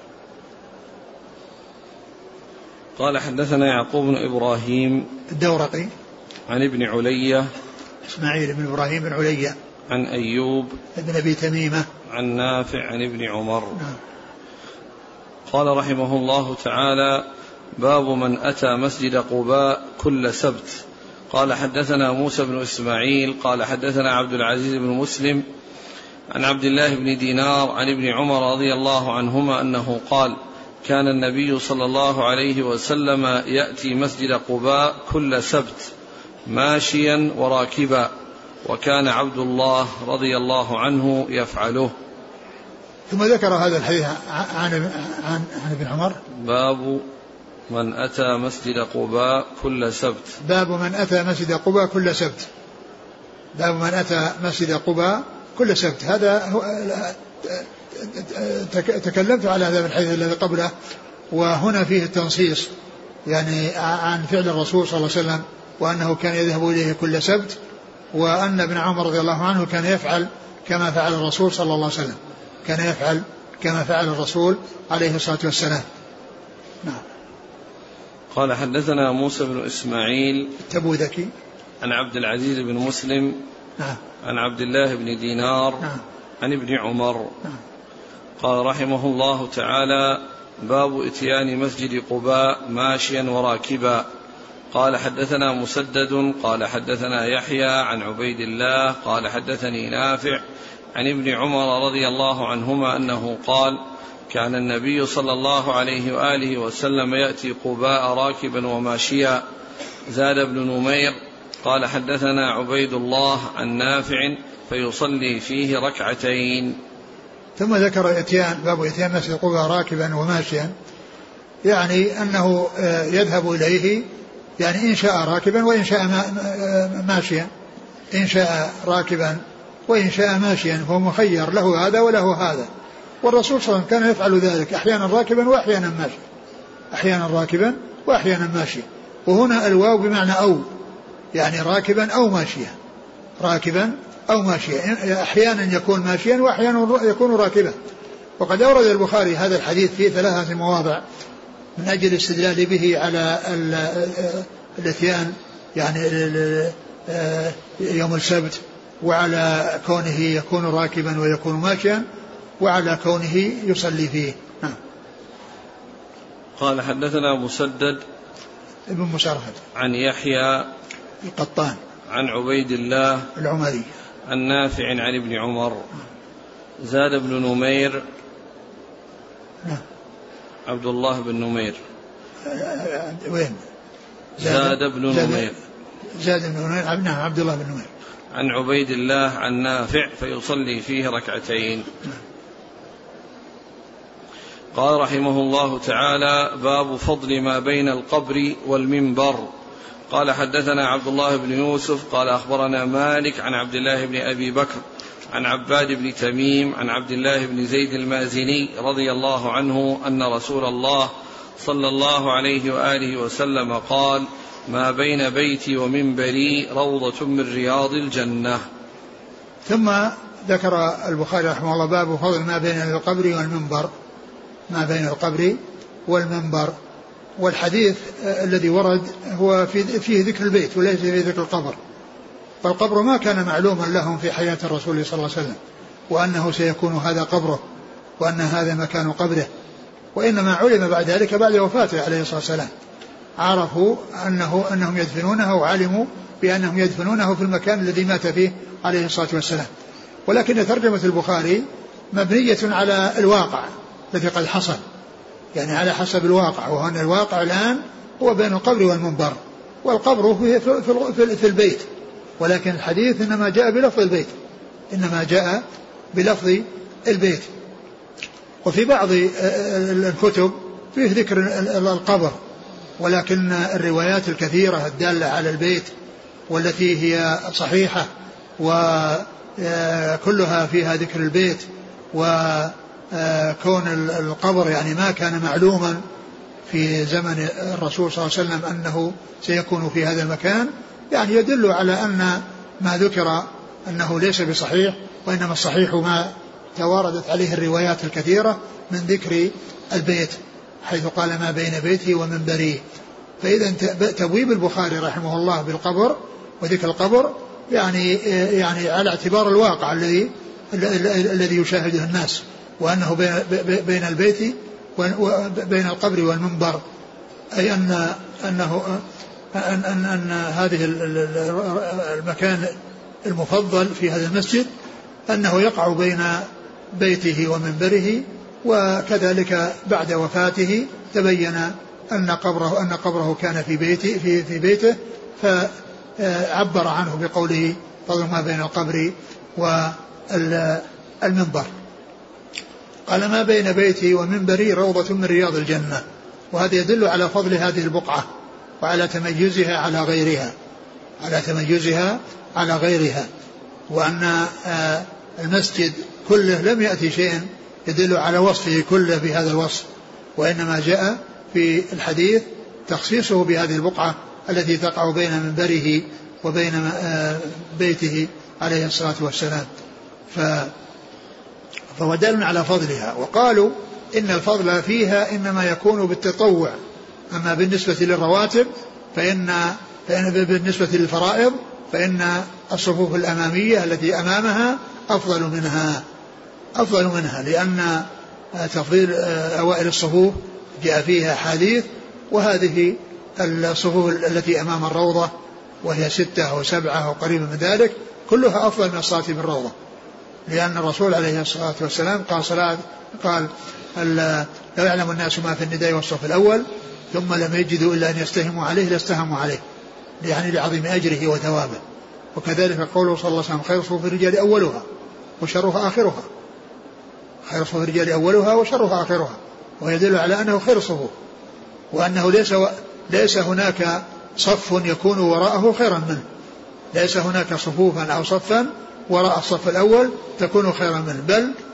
قال حدثنا يعقوب بن إبراهيم الدورقي عن ابن علية إسماعيل بن إبراهيم بن علية عن أيوب ابن أبي تميمة عن نافع عن ابن عمر. نعم. قال رحمه الله تعالى باب من أتى مسجد قباء كل سبت. قال حدثنا موسى بن إسماعيل قال حدثنا عبد العزيز بن مسلم عن عبد الله بن دينار عن ابن عمر رضي الله عنهما أنه قال كان النبي صلى الله عليه وسلم يأتي مسجد قباء كل سبت ماشيا وراكبا، وكان عبد الله رضي الله عنه يفعله. ثم ذكر هذا الحديث عن, عن, عن ابن عمر. باب من أتى مسجد قباء كل سبت. باب من أتى مسجد قباء كل سبت. باب من أتى مسجد قباء كل سبت. هذا هو تكلمت على هذا الحديث الذي قبله، وهنا فيه التنصيص يعني عن فعل الرسول صلى الله عليه وسلم وأنه كان يذهب إليه كل سبت، وأن ابن عمر رضي الله عنه كان يفعل كما فعل الرسول صلى الله عليه وسلم كان يفعل كما فعل الرسول عليه الصلاة والسلام. نعم. قال حدثنا موسى بن إسماعيل التبوذكي عن عبد العزيز بن مسلم نعم. عن عبد الله بن دينار نعم. عن ابن عمر. نعم. قال رحمه الله تعالى باب إتيان مسجد قباء ماشيا وراكبا. قال حدثنا مسدد قال حدثنا يحيى عن عبيد الله قال حدثني نافع عن ابن عمر رضي الله عنهما أنه قال كان النبي صلى الله عليه وآله وسلم يأتي قباء راكبا وماشيا. زاد ابن نمير قال حدثنا عبيد الله عن نافع فيصلي فيه ركعتين. ثم ذكر إتيان باب إتيان مسجد قباء راكبا وماشيا، يعني أنه يذهب إليه يعني إن شاء راكبا وإن شاء ماشيا، إن شاء راكبا وإن شاء ماشيا، فهو مخير له هذا وله هذا، والرسول صلى الله عليه وسلم كان يفعل ذلك أحيانا راكبا وأحيانا ماشيا، أحيانا راكبا وأحيانا ماشيا. وهنا الواو بمعنى أو، يعني راكبا أو ماشيا، راكبا أو ماشيا، أحيانا يكون ماشيا وأحيانا يكون راكبا. وقد أورد البخاري هذا الحديث في ثلاثة مواضع من أجل الاستدلال به على الاثيان، يعني يوم السبت، وعلى كونه يكون راكبا ويكون ماشيا، وعلى كونه يصلي فيه. نعم. قال حدثنا مسدد ابن مسرهد عن يحيى القطان عن عبيد الله العمري عن نافع عن ابن عمر. زاد بن نمير. نعم. عبد الله بن نمير. وين؟ زاد, زاد بن نمير. زاد بن نمير. نعم عبد الله بن نمير. عن عبيد الله عن نافع فيصلي فيه ركعتين. قال رحمه الله تعالى: باب فضل ما بين القبر والمنبر. قال حدثنا عبد الله بن يوسف قال أخبرنا مالك عن عبد الله بن أبي بكر عن عباد بن تميم عن عبد الله بن زيد المازني رضي الله عنه أن رسول الله صلى الله عليه وآله وسلم قال: ما بين بيتي ومنبري روضة من رياض الجنة. ثم ذكر البخاري رحمه الله باب فضل ما بين القبر والمنبر، ما بين القبر والمنبر. والحديث الذي ورد هو فيه ذكر البيت وليس فيه ذكر القبر، فالقبر ما كان معلوما لهم في حياة الرسول صلى الله عليه وسلم، وأنه سيكون هذا قبره وأن هذا مكان قبره، وإنما علم بعد ذلك بعد وفاته عليه الصلاة والسلام، عرفوا أنه أنهم يدفنونه وعلموا بأنهم يدفنونه في المكان الذي مات فيه عليه الصلاة والسلام. ولكن ترجمة البخاري مبنية على الواقع الذي قد حصل، يعني على حسب الواقع، وهنا الواقع الآن هو بين القبر والمنبر، والقبر في, في, في البيت، ولكن الحديث إنما جاء بلفظ البيت، إنما جاء بلفظ البيت. وفي بعض الكتب فيه ذكر القبر، ولكن الروايات الكثيرة الدالة على البيت والتي هي صحيحة وكلها فيها ذكر البيت، وكون القبر يعني ما كان معلوما في زمن الرسول صلى الله عليه وسلم أنه سيكون في هذا المكان، يعني يدل على أن ما ذكر أنه ليس بصحيح، وإنما الصحيح ما تواردت عليه الروايات الكثيرة من ذكر البيت، حيث قال ما بين بيتي ومنبري. فإذا تبويب البخاري رحمه الله بالقبر وذكر القبر يعني يعني على اعتبار الواقع الذي الذي يشاهده الناس، وأنه بين البيت وبين القبر والمنبر، أي أن أنه أن أن أن هذه المكان المفضل في هذا المسجد أنه يقع بين بيته ومنبره، وكذلك بعد وفاته تبين أن قبره أن قبره كان في بيته في في بيته، فعبر عنه بقوله فضل ما بين القبر والمنبر. قال ما بين بيتي ومنبري روضة من رياض الجنة، وهذا يدل على فضل هذه البقعة وعلى تميزها على غيرها، على تميزها على غيرها، وأن المسجد كله لم يأتي شيء يدل على وصفه كله بهذا الوصف، وإنما جاء في الحديث تخصيصه بهذه البقعة التي تقع بين منبره وبين بيته عليه الصلاة والسلام، فهو دال على فضلها. وقالوا إن الفضل فيها إنما يكون بالتطوع، أما بالنسبة للرواتب فإن, فإن بالنسبة للفرائض فإن الصفوف الأمامية التي أمامها أفضل منها أفضل منها لأن تفضيل أوائل الصفوف جاء فيها حديث، وهذه الصفوف التي أمام الروضة وهي ستة أو سبعة أو قريبا من ذلك كلها أفضل من الصلاة بالروضة، لأن الرسول عليه الصلاة والسلام قال صلاة قال لو يعلم الناس ما في النداء والصف الأول ثم لم يجدوا إلا أن يستهموا عليه لاستهموا عليه، يعني لعظيم أجره وثوابه. وكذلك قوله صلى الله عليه وسلم خير صفوف الرجال أولها وشرها آخرها، خير صفوف الرجال أولها وشرها آخرها، ويدل على أنه خير الصفوف، وأنه ليس, ليس هناك صف يكون وراءه خيرا منه، ليس هناك صفوفا أو صفا وراء الصف الأول تكون خيرا منه، بل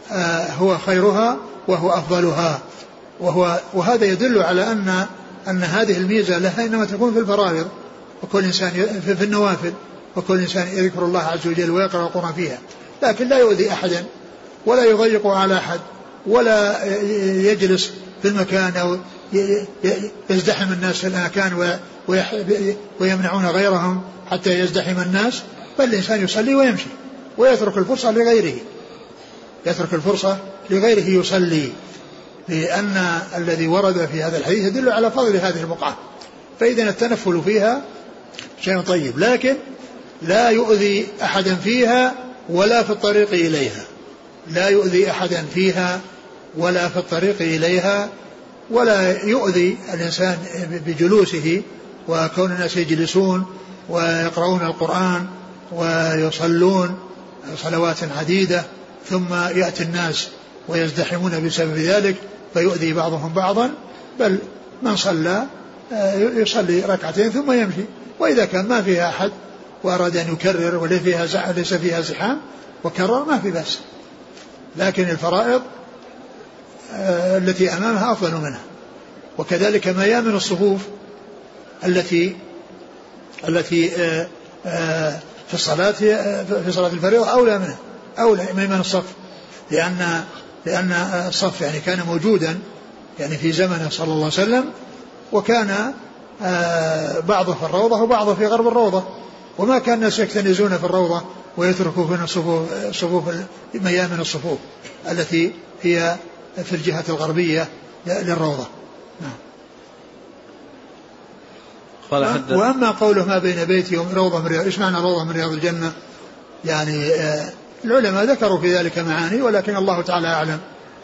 هو خيرها وهو أفضلها. وهو وهذا يدل على أن أن هذه الميزة لها إنما تكون في الفرائض، وكل إنسان في النوافل، وكل إنسان يذكر الله عز وجل ويقرأ القرآن فيها، لكن لا يؤذي أحدا ولا يضيق على أحد ولا يجلس في المكان أو يزدحم الناس في المكان ويمنعون غيرهم حتى يزدحم الناس، بل الإنسان يصلي ويمشي ويترك الفرصة لغيره يترك الفرصة لغيره يصلي، لأن الذي ورد في هذا الحديث يدل على فضل هذه البقعة، فإذا التنفل فيها شيء طيب، لكن لا يؤذي أحدا فيها ولا في الطريق إليها لا يؤذي أحدا فيها ولا في الطريق إليها ولا يؤذي الإنسان بجلوسه وكون الناس يجلسون ويقرؤون القرآن ويصلون صلوات عديدة ثم يأتي الناس ويزدحمون بسبب ذلك فيؤذي بعضهم بعضا، بل من صلى يصلي ركعتين ثم يمشي، وإذا كان ما فيها أحد وأراد أن يكرر وليس فيها زحام وكرر ما في بأس، لكن الفرائض التي أمامها أفضل منها. وكذلك ميامن الصفوف التي التي في الصلاة في صلاة الفريضة أولى منها أولى ميمن الصف، لأن لأن الصف يعني كان موجودا يعني في زمنه صلى الله عليه وسلم، وكان بعضه في الروضة وبعضه في غرب الروضة، وما كان الناس يكتنزون في الروضة ويتركوا في الصفوف صفوف ميامن الصفوف التي هي في الجهة الغربية للروضة. وأما قوله ما بين بيتي وروضة من رياض، إيش معنى روضة من رياض الجنة؟ يعني العلماء ذكروا في ذلك معاني ولكن الله تعالى أعلم.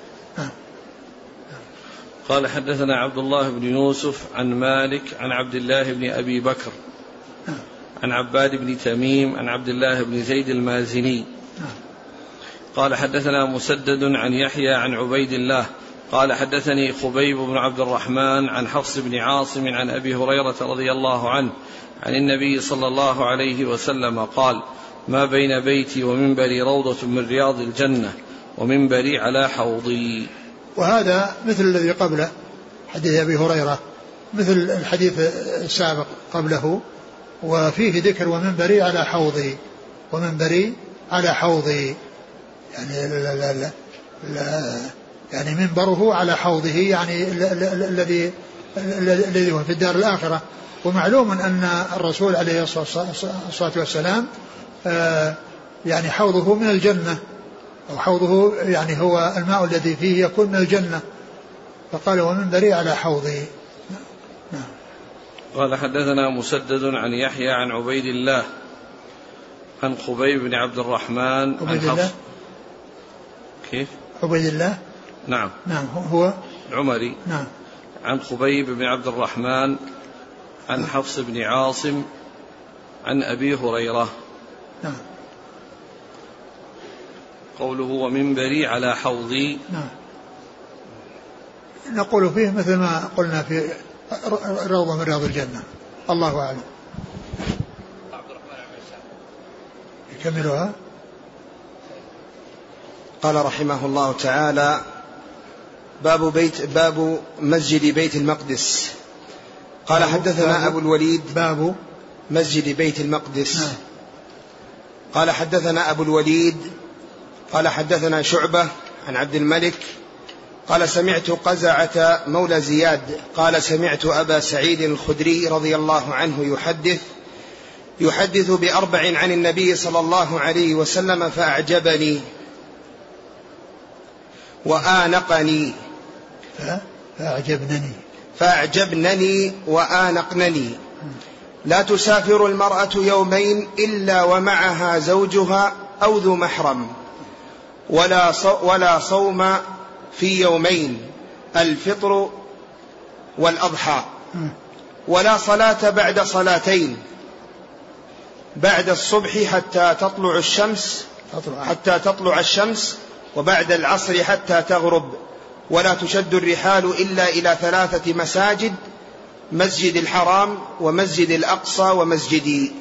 قال حدثنا عبد الله بن يوسف عن مالك عن عبد الله بن أبي بكر عن عباد بن تميم عن عبد الله بن زيد المازني قال حدثنا مسدد عن يحيى عن عبيد الله قال حدثني خبيب بن عبد الرحمن عن حفص بن عاصم عن أبي هريرة رضي الله عنه عن النبي صلى الله عليه وسلم قال ما بين بيتي ومنبري روضة من رياض الجنة ومنبري على حوضي. وهذا مثل الذي قبله حديث أبي هريرة، مثل الحديث السابق قبله، وفيه ذكر ومنبري على حوضي ومنبري على حوضي يعني لا لا لا لا يعني منبره على حوضه يعني الذي الذي هو في الدار الآخرة. ومعلوم أن الرسول عليه الصلاة والسلام يعني حوضه من الجنة، أو حوضه يعني هو الماء الذي فيه يكون من الجنة، فقال ومنبري على حوضي. نعم. قال حدثنا مسدد عن يحيى عن عبيد الله عن خبيب بن عبد الرحمن عن حفص. كيف عبيد الله؟ نعم نعم هو العمري. نعم. عن خبيب بن عبد الرحمن عن حفص بن عاصم عن أبي هريرة. نعم. قوله ومنبري على حوضي. نعم. نقول فيه مثل ما قلنا في روضة من رياض الجنة، الله أعلم. يكملها. قال رحمه الله تعالى باب بيت باب مسجد بيت المقدس. قال حدثنا أبو الوليد باب مسجد بيت المقدس. نعم. قال حدثنا أبو الوليد قال حدثنا شعبة عن عبد الملك قال سمعت قزعة مولى زياد قال سمعت أبا سعيد الخدري رضي الله عنه يحدث يحدث بأربع عن النبي صلى الله عليه وسلم فأعجبني وآنقني فأعجبنني فأعجبنني وآنقنني. لا تسافر المرأة يومين إلا ومعها زوجها أو ذو محرم، ولا ولا صوم في يومين الفطر والأضحى، ولا صلاة بعد صلاتين، بعد الصبح حتى تطلع الشمس حتى تطلع الشمس وبعد العصر حتى تغرب، ولا تشد الرحال إلا إلى ثلاثة مساجد: مسجد الحرام ومسجد الأقصى ومسجدي.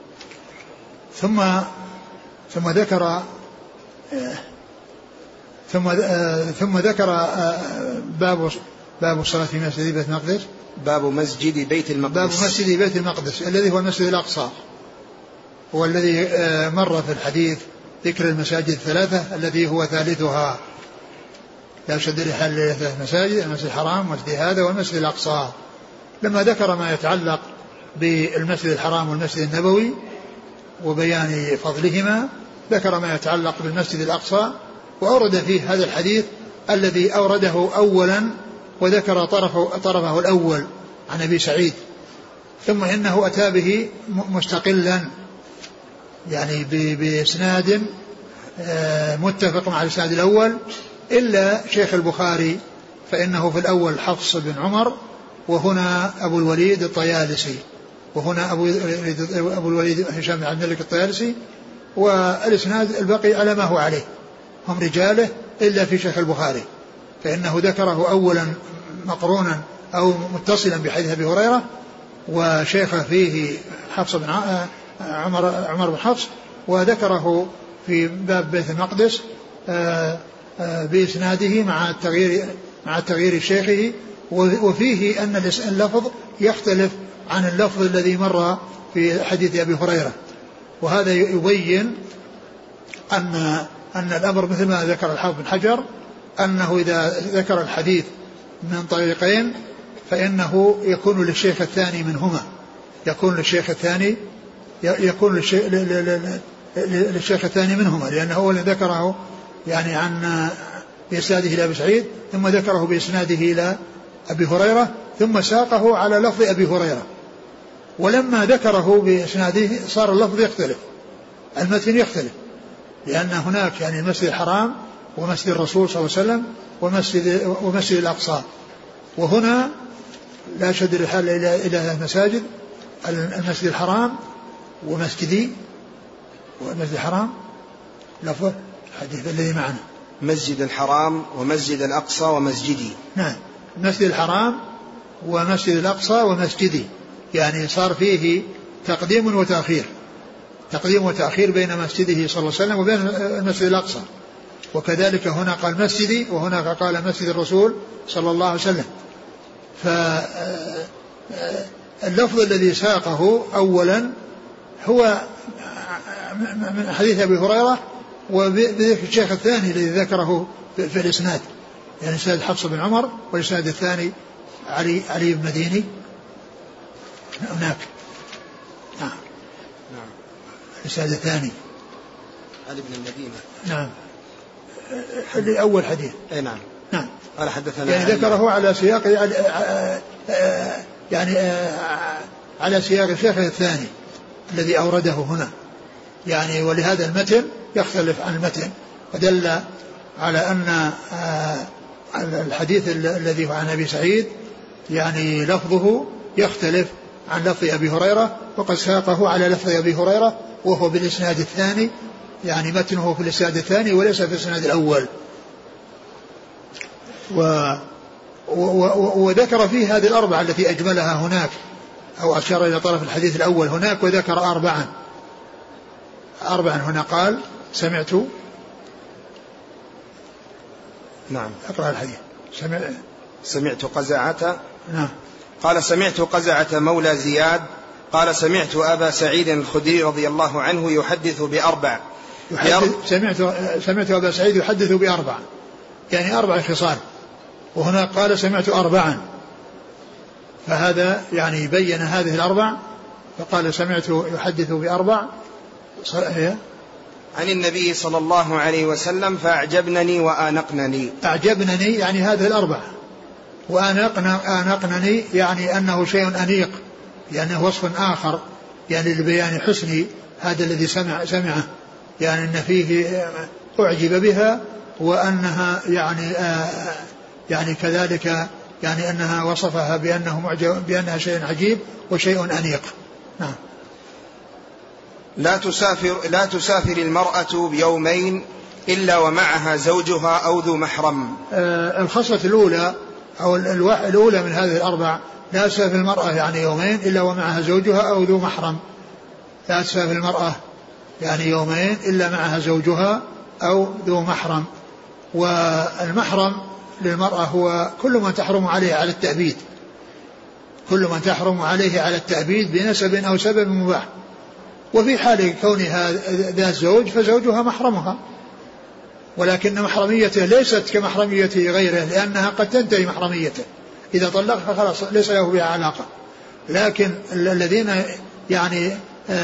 ثم ثم ذكر ثم ثم ذكر باب باب الصلاة في مسجد بيت المقدس. باب مسجد بيت المقدس. باب مسجد بيت المقدس الذي هو المسجد الأقصى، هو الذي مر في الحديث ذكر المساجد الثلاثة الذي هو ثالثها. لا شد رحال ثلاث مساجد: المسجد الحرام والمسجد هذا والمسجد الأقصى. لما ذكر ما يتعلق بالمسجد الحرام والمسجد النبوي وبيان فضلهما ذكر ما يتعلق بالمسجد الأقصى، وأورد فيه هذا الحديث الذي أورده أولا وذكر طرفه, طرفه الأول عن أبي سعيد، ثم إنه أتى به مستقلا يعني بإسناد متفق مع الإسناد الأول، إلا شيخ البخاري فإنه في الأول حفص بن عمر، وهنا أبو الوليد الطيالسي، وهنا أبو, أبو الوليد هشام بن عبد الملك الطيالسي، والإسناد البقي على ما هو عليه هم رجاله إلا في شيخ البخاري فإنه ذكره أولا مقرونا أو متصلا بحديث أبي هريرة، وشيخه فيه حفص بن عمر, عمر بن حفص، وذكره في باب بيت المقدس بإسناده مع التغيير مع التغيير شيخه، وفيه أن اللفظ يختلف عن اللفظ الذي مر في حديث أبي هريرة. وهذا يبين أن أن الأمر مثل ما ذكر الحافظ بن حجر، أنه إذا ذكر الحديث من طريقين فإنه يكون للشيخ الثاني منهما، يكون للشيخ الثاني يكون للشيخ, للشيخ الثاني منهما، لأنه أولا ذكره يعني عن بإسناده إلى أبي سعيد، ثم ذكره بإسناده إلى أبي هريرة، ثم ساقه على لفظ أبي هريرة. ولما ذكره بإسناده صار اللفظ يختلف، المتن يختلف، لأن هناك يعني المسجد الحرام ومسجد الرسول صلى الله عليه وسلم ومسجد, ومسجد الأقصى، وهنا لا شد الرحال إلى إلى المساجد: المسجد الحرام ومسجدي، والمسجد الحرام لفظ الحديث الذي معنا: مسجد الحرام ومسجد الأقصى ومسجدي. نعم، المسجد الحرام ومسجد الأقصى ومسجدي، يعني صار فيه تقديم وتأخير، تقديم وتأخير بين مسجده صلى الله عليه وسلم وبين المسجد الأقصى. وكذلك هنا قال مسجدي وهناك قال مسجد الرسول صلى الله عليه وسلم. فاللفظ الذي ساقه أولا هو من حديث أبي هريرة، وبذلك الشيخ الثاني الذي ذكره في الإسناد، يعني إسناد حفص بن عمر، والإسناد الثاني علي علي بن مديني هناك. نعم نعم الإسناد الثاني علي بن المدينة. نعم أول حديث. أي نعم. نعم. قال حدثنا يعني ذكره على سياق يعني على سياق الشيخ الثاني الذي أورده هنا، يعني ولهذا المتن يختلف عن المتن، ودل على أن الحديث الذي هو عن أبي سعيد يعني لفظه يختلف عن لفظ أبي هريرة، وقد ساقه على لفظ أبي هريرة وهو بالإسناد الثاني، يعني متنه في الإسناد الثاني وليس في الإسناد الأول. و وذكر فيه هذه الأربعة التي أجملها هناك، أو أشار إلى طرف الحديث الأول هناك وذكر أربعا أربعا هنا قال: سمعت. نعم أقرأ الحديث. سمع سمعت قزعة. نعم. قال: سمعت قزعة مولى زياد قال: سمعت أبا سعيد الخدري رضي الله عنه يحدث بأربع. يحدث سمعت سمعت أبا سعيد يحدث بأربع، يعني أربع خصال، وهنا قال: سمعت أربعا، فهذا يعني بين هذه الأربع، فقال: سمعت يحدث بأربع عن النبي صلى الله عليه وسلم فأعجبنني وآنقنني. أعجبنني يعني هذه الأربع، وآنقنني يعني أنه شيء أنيق، يعني وصف آخر يعني لبيان حسن هذا الذي سمع سمعه، يعني أن فيه أعجب بها، وأنها يعني آه يعني كذلك يعني أنها وصفها بأنه معجب بأنها شيء عجيب وشيء أنيق. نعم. لا تسافر لا تسافر المرأة بيومين إلا ومعها زوجها أو ذو محرم. آه الخصلة الأولى أو الأولى من هذه الأربع: لا تسافر المرأة يعني يومين إلا ومعها زوجها أو ذو محرم. لا تسافر المرأة يعني يومين إلا معها زوجها أو ذو محرم. والمحرم للمرأة هو كل من تحرم عليه على التأبيد، كل من تحرم عليه على التأبيد بنسب أو سبب مباح. وفي حال كونها ذات زوج فزوجها محرمها، ولكن محرميته ليست كمحرمية غيره، لأنها قد تنتهي محرميته إذا طلقها خلاص ليس له بها علاقة. لكن الذين يعني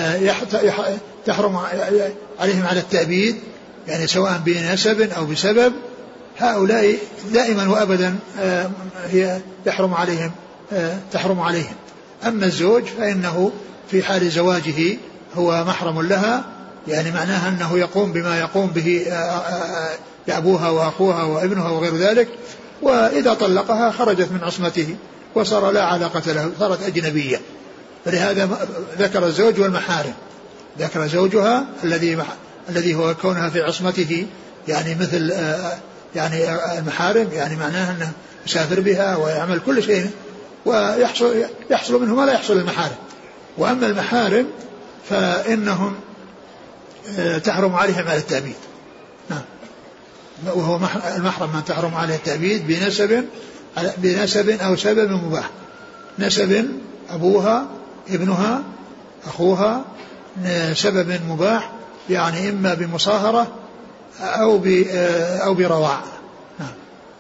تحرم عليهم على التأبيد يعني سواء بنسب أو بسبب، هؤلاء دائما وأبدا هي تحرم عليهم تحرم عليهم. أما الزوج فإنه في حال زواجه هو محرم لها، يعني معناها أنه يقوم بما يقوم به أبوها وأخوها وابنها وغير ذلك، وإذا طلقها خرجت من عصمته وصار لا علاقة له، صارت أجنبية. فلهذا ذكر الزوج والمحارم، ذكر زوجها الذي الذي هو كونها في عصمته يعني مثل يعني المحارم، يعني معناها أنه يسافر بها ويعمل كل شيء ويحصل يحصل منه ما لا يحصل المحارم. وأما المحارم فإنهم تحرم عليهم على التأبيد، نعم. وهو المحرم من تحرم عليه التأبيد بنسب بنسب أو سبب مباح، نسب أبوها ابنها أخوها، سبب مباح يعني إما بمصاهرة أو أو برضاع، نعم.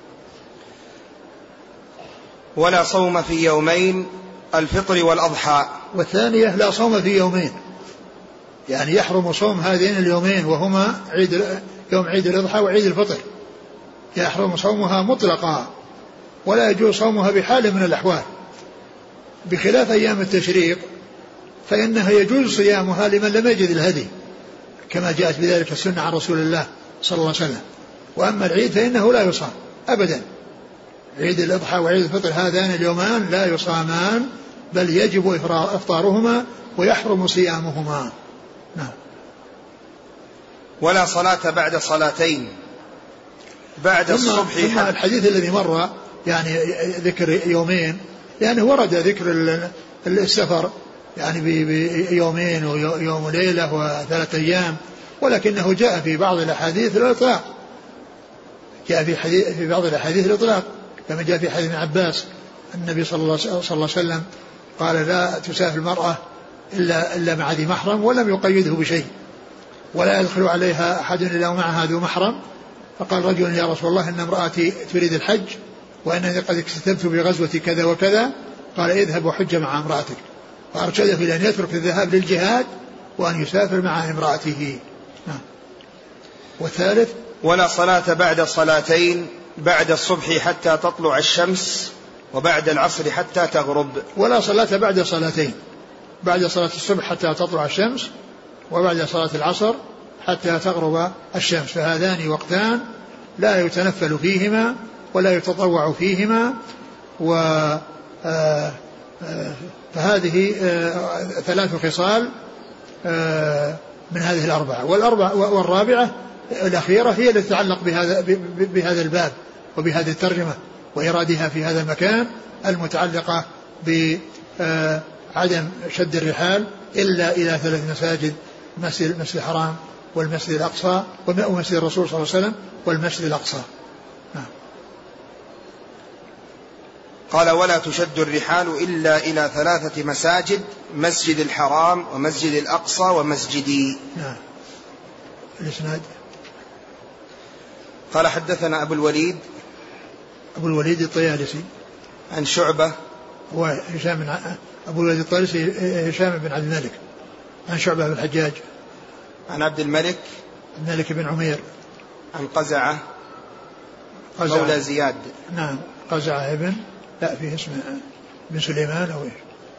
ولا صوم في يومين الفطر والأضحى. والثانية لا صوم في يومين، يعني يحرم صوم هذين اليومين وهما عيد يوم عيد الأضحى وعيد الفطر، يحرم صومها مطلقا ولا يجوز صومها بحال من الأحوال، بخلاف أيام التشريق فإنها يجوز صيامها لمن لم يجد الهدي كما جاءت بذلك السنة عن رسول الله صلى الله عليه وسلم. وأما العيد فإنه لا يصام أبدا، عيد الأضحى وعيد الفطر هذان اليومان لا يصامان، بل يجب إفطارهما ويحرم صيامهما، نعم. ولا صلاة بعد صلاتين بعد الصبح. ثم الحديث الذي مر يعني ذكر يومين، يعني ورد ذكر السفر يعني بيومين ويوم وليلة وثلاثة أيام، ولكنه جاء في بعض الأحاديث الإطلاق، جاء في, حديث في بعض الأحاديث الإطلاق كما جاء في حديث ابن عباس النبي صلى الله عليه وسلم قال لا تسافر المرأة إلا, إلا مع ذي محرم، ولم يقيده بشيء، ولا يدخل عليها أحد إلا معها ذو محرم. فقال رجل يا رسول الله إن امرأتي تريد الحج وأنني قد اكتسبت بغزوة كذا وكذا، قال اذهب وحج مع امرأتك، وأرشده إلى أن يترك الذهاب للجهاد وأن يسافر مع امرأته. والثالث ولا صلاة بعد صلاتين بعد الصبح حتى تطلع الشمس وبعد العصر حتى تغرب. ولا صلاة بعد صلاتين، بعد صلاة الصبح حتى تطلع الشمس وبعد صلاة العصر حتى تغرب الشمس، فهذان وقتان لا يتنفل فيهما ولا يتطوع فيهما. و فهذه ثلاث خصال من هذه الأربعة. والأربعة والرابعة الأخيرة هي التي تتعلق بهذا بهذا الباب وبهذه الترجمة وإرادها في هذا المكان، المتعلقة بعدم شد الرحال إلا إلى ثلاث مساجد: مسجد المسجد الحرام والمسجد الأقصى ومسجد الرسول صلى الله عليه وسلم والمسجد الأقصى. نعم. قال ولا تشد الرحال إلا إلى ثلاثة مساجد: مسجد الحرام ومسجد الأقصى ومسجدي. نعم. الإسناد. قال حدثنا أبو الوليد أبو الوليد الطيالسي عن شعبة وهشام بن أبو الوليد الطيالسي هشام بن عبد الملك عن شعبة بن الحجاج عن عبد الملك الملك بن عمير عن قزعة قزعة مولى زياد. نعم. قزعة ابن لا فيه اسم بن سليمان أو إيش.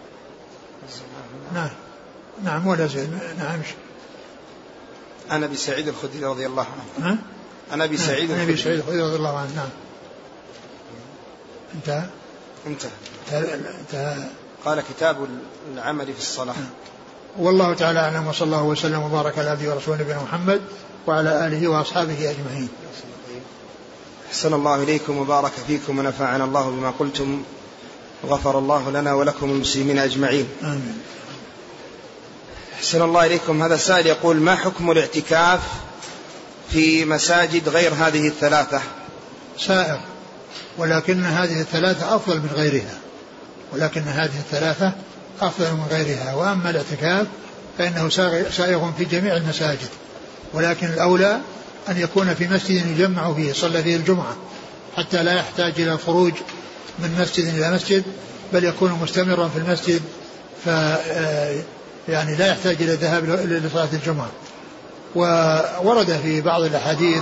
نعم نعم مولى زياد. نعم. عن أبي سعيد الخدري رضي الله عنه. ها؟ عن أبي سعيد الخدري. أبي سعيد الخدري رضي الله عنه. نعم. انتهى انتهى انتهى. قال كتاب العمل في الصلاة. نعم. والله تعالى أعلم، وصلى الله وسلم وبارك على عبده ورسوله نبينا محمد وعلى آله وأصحابه أجمعين. أحسن الله إليكم وبارك فيكم ونفعنا الله بما قلتم وغفر الله لنا ولكم المسلمين أجمعين. آمين. أحسن الله إليكم. هذا سائل يقول: ما حكم الاعتكاف في مساجد غير هذه الثلاثة؟ سائر، ولكن هذه الثلاثة أفضل من غيرها، ولكن هذه الثلاثة أفضل من غيرها. وأما الاعتكاف فإنه سائغ في جميع المساجد، ولكن الأولى أن يكون في مسجد يجمع فيه صلى فيه الجمعة، حتى لا يحتاج إلى الخروج من مسجد إلى مسجد، بل يكون مستمرا في المسجد، ف يعني لا يحتاج إلى الذهاب لصلاة الجمعة. وورد في بعض الأحاديث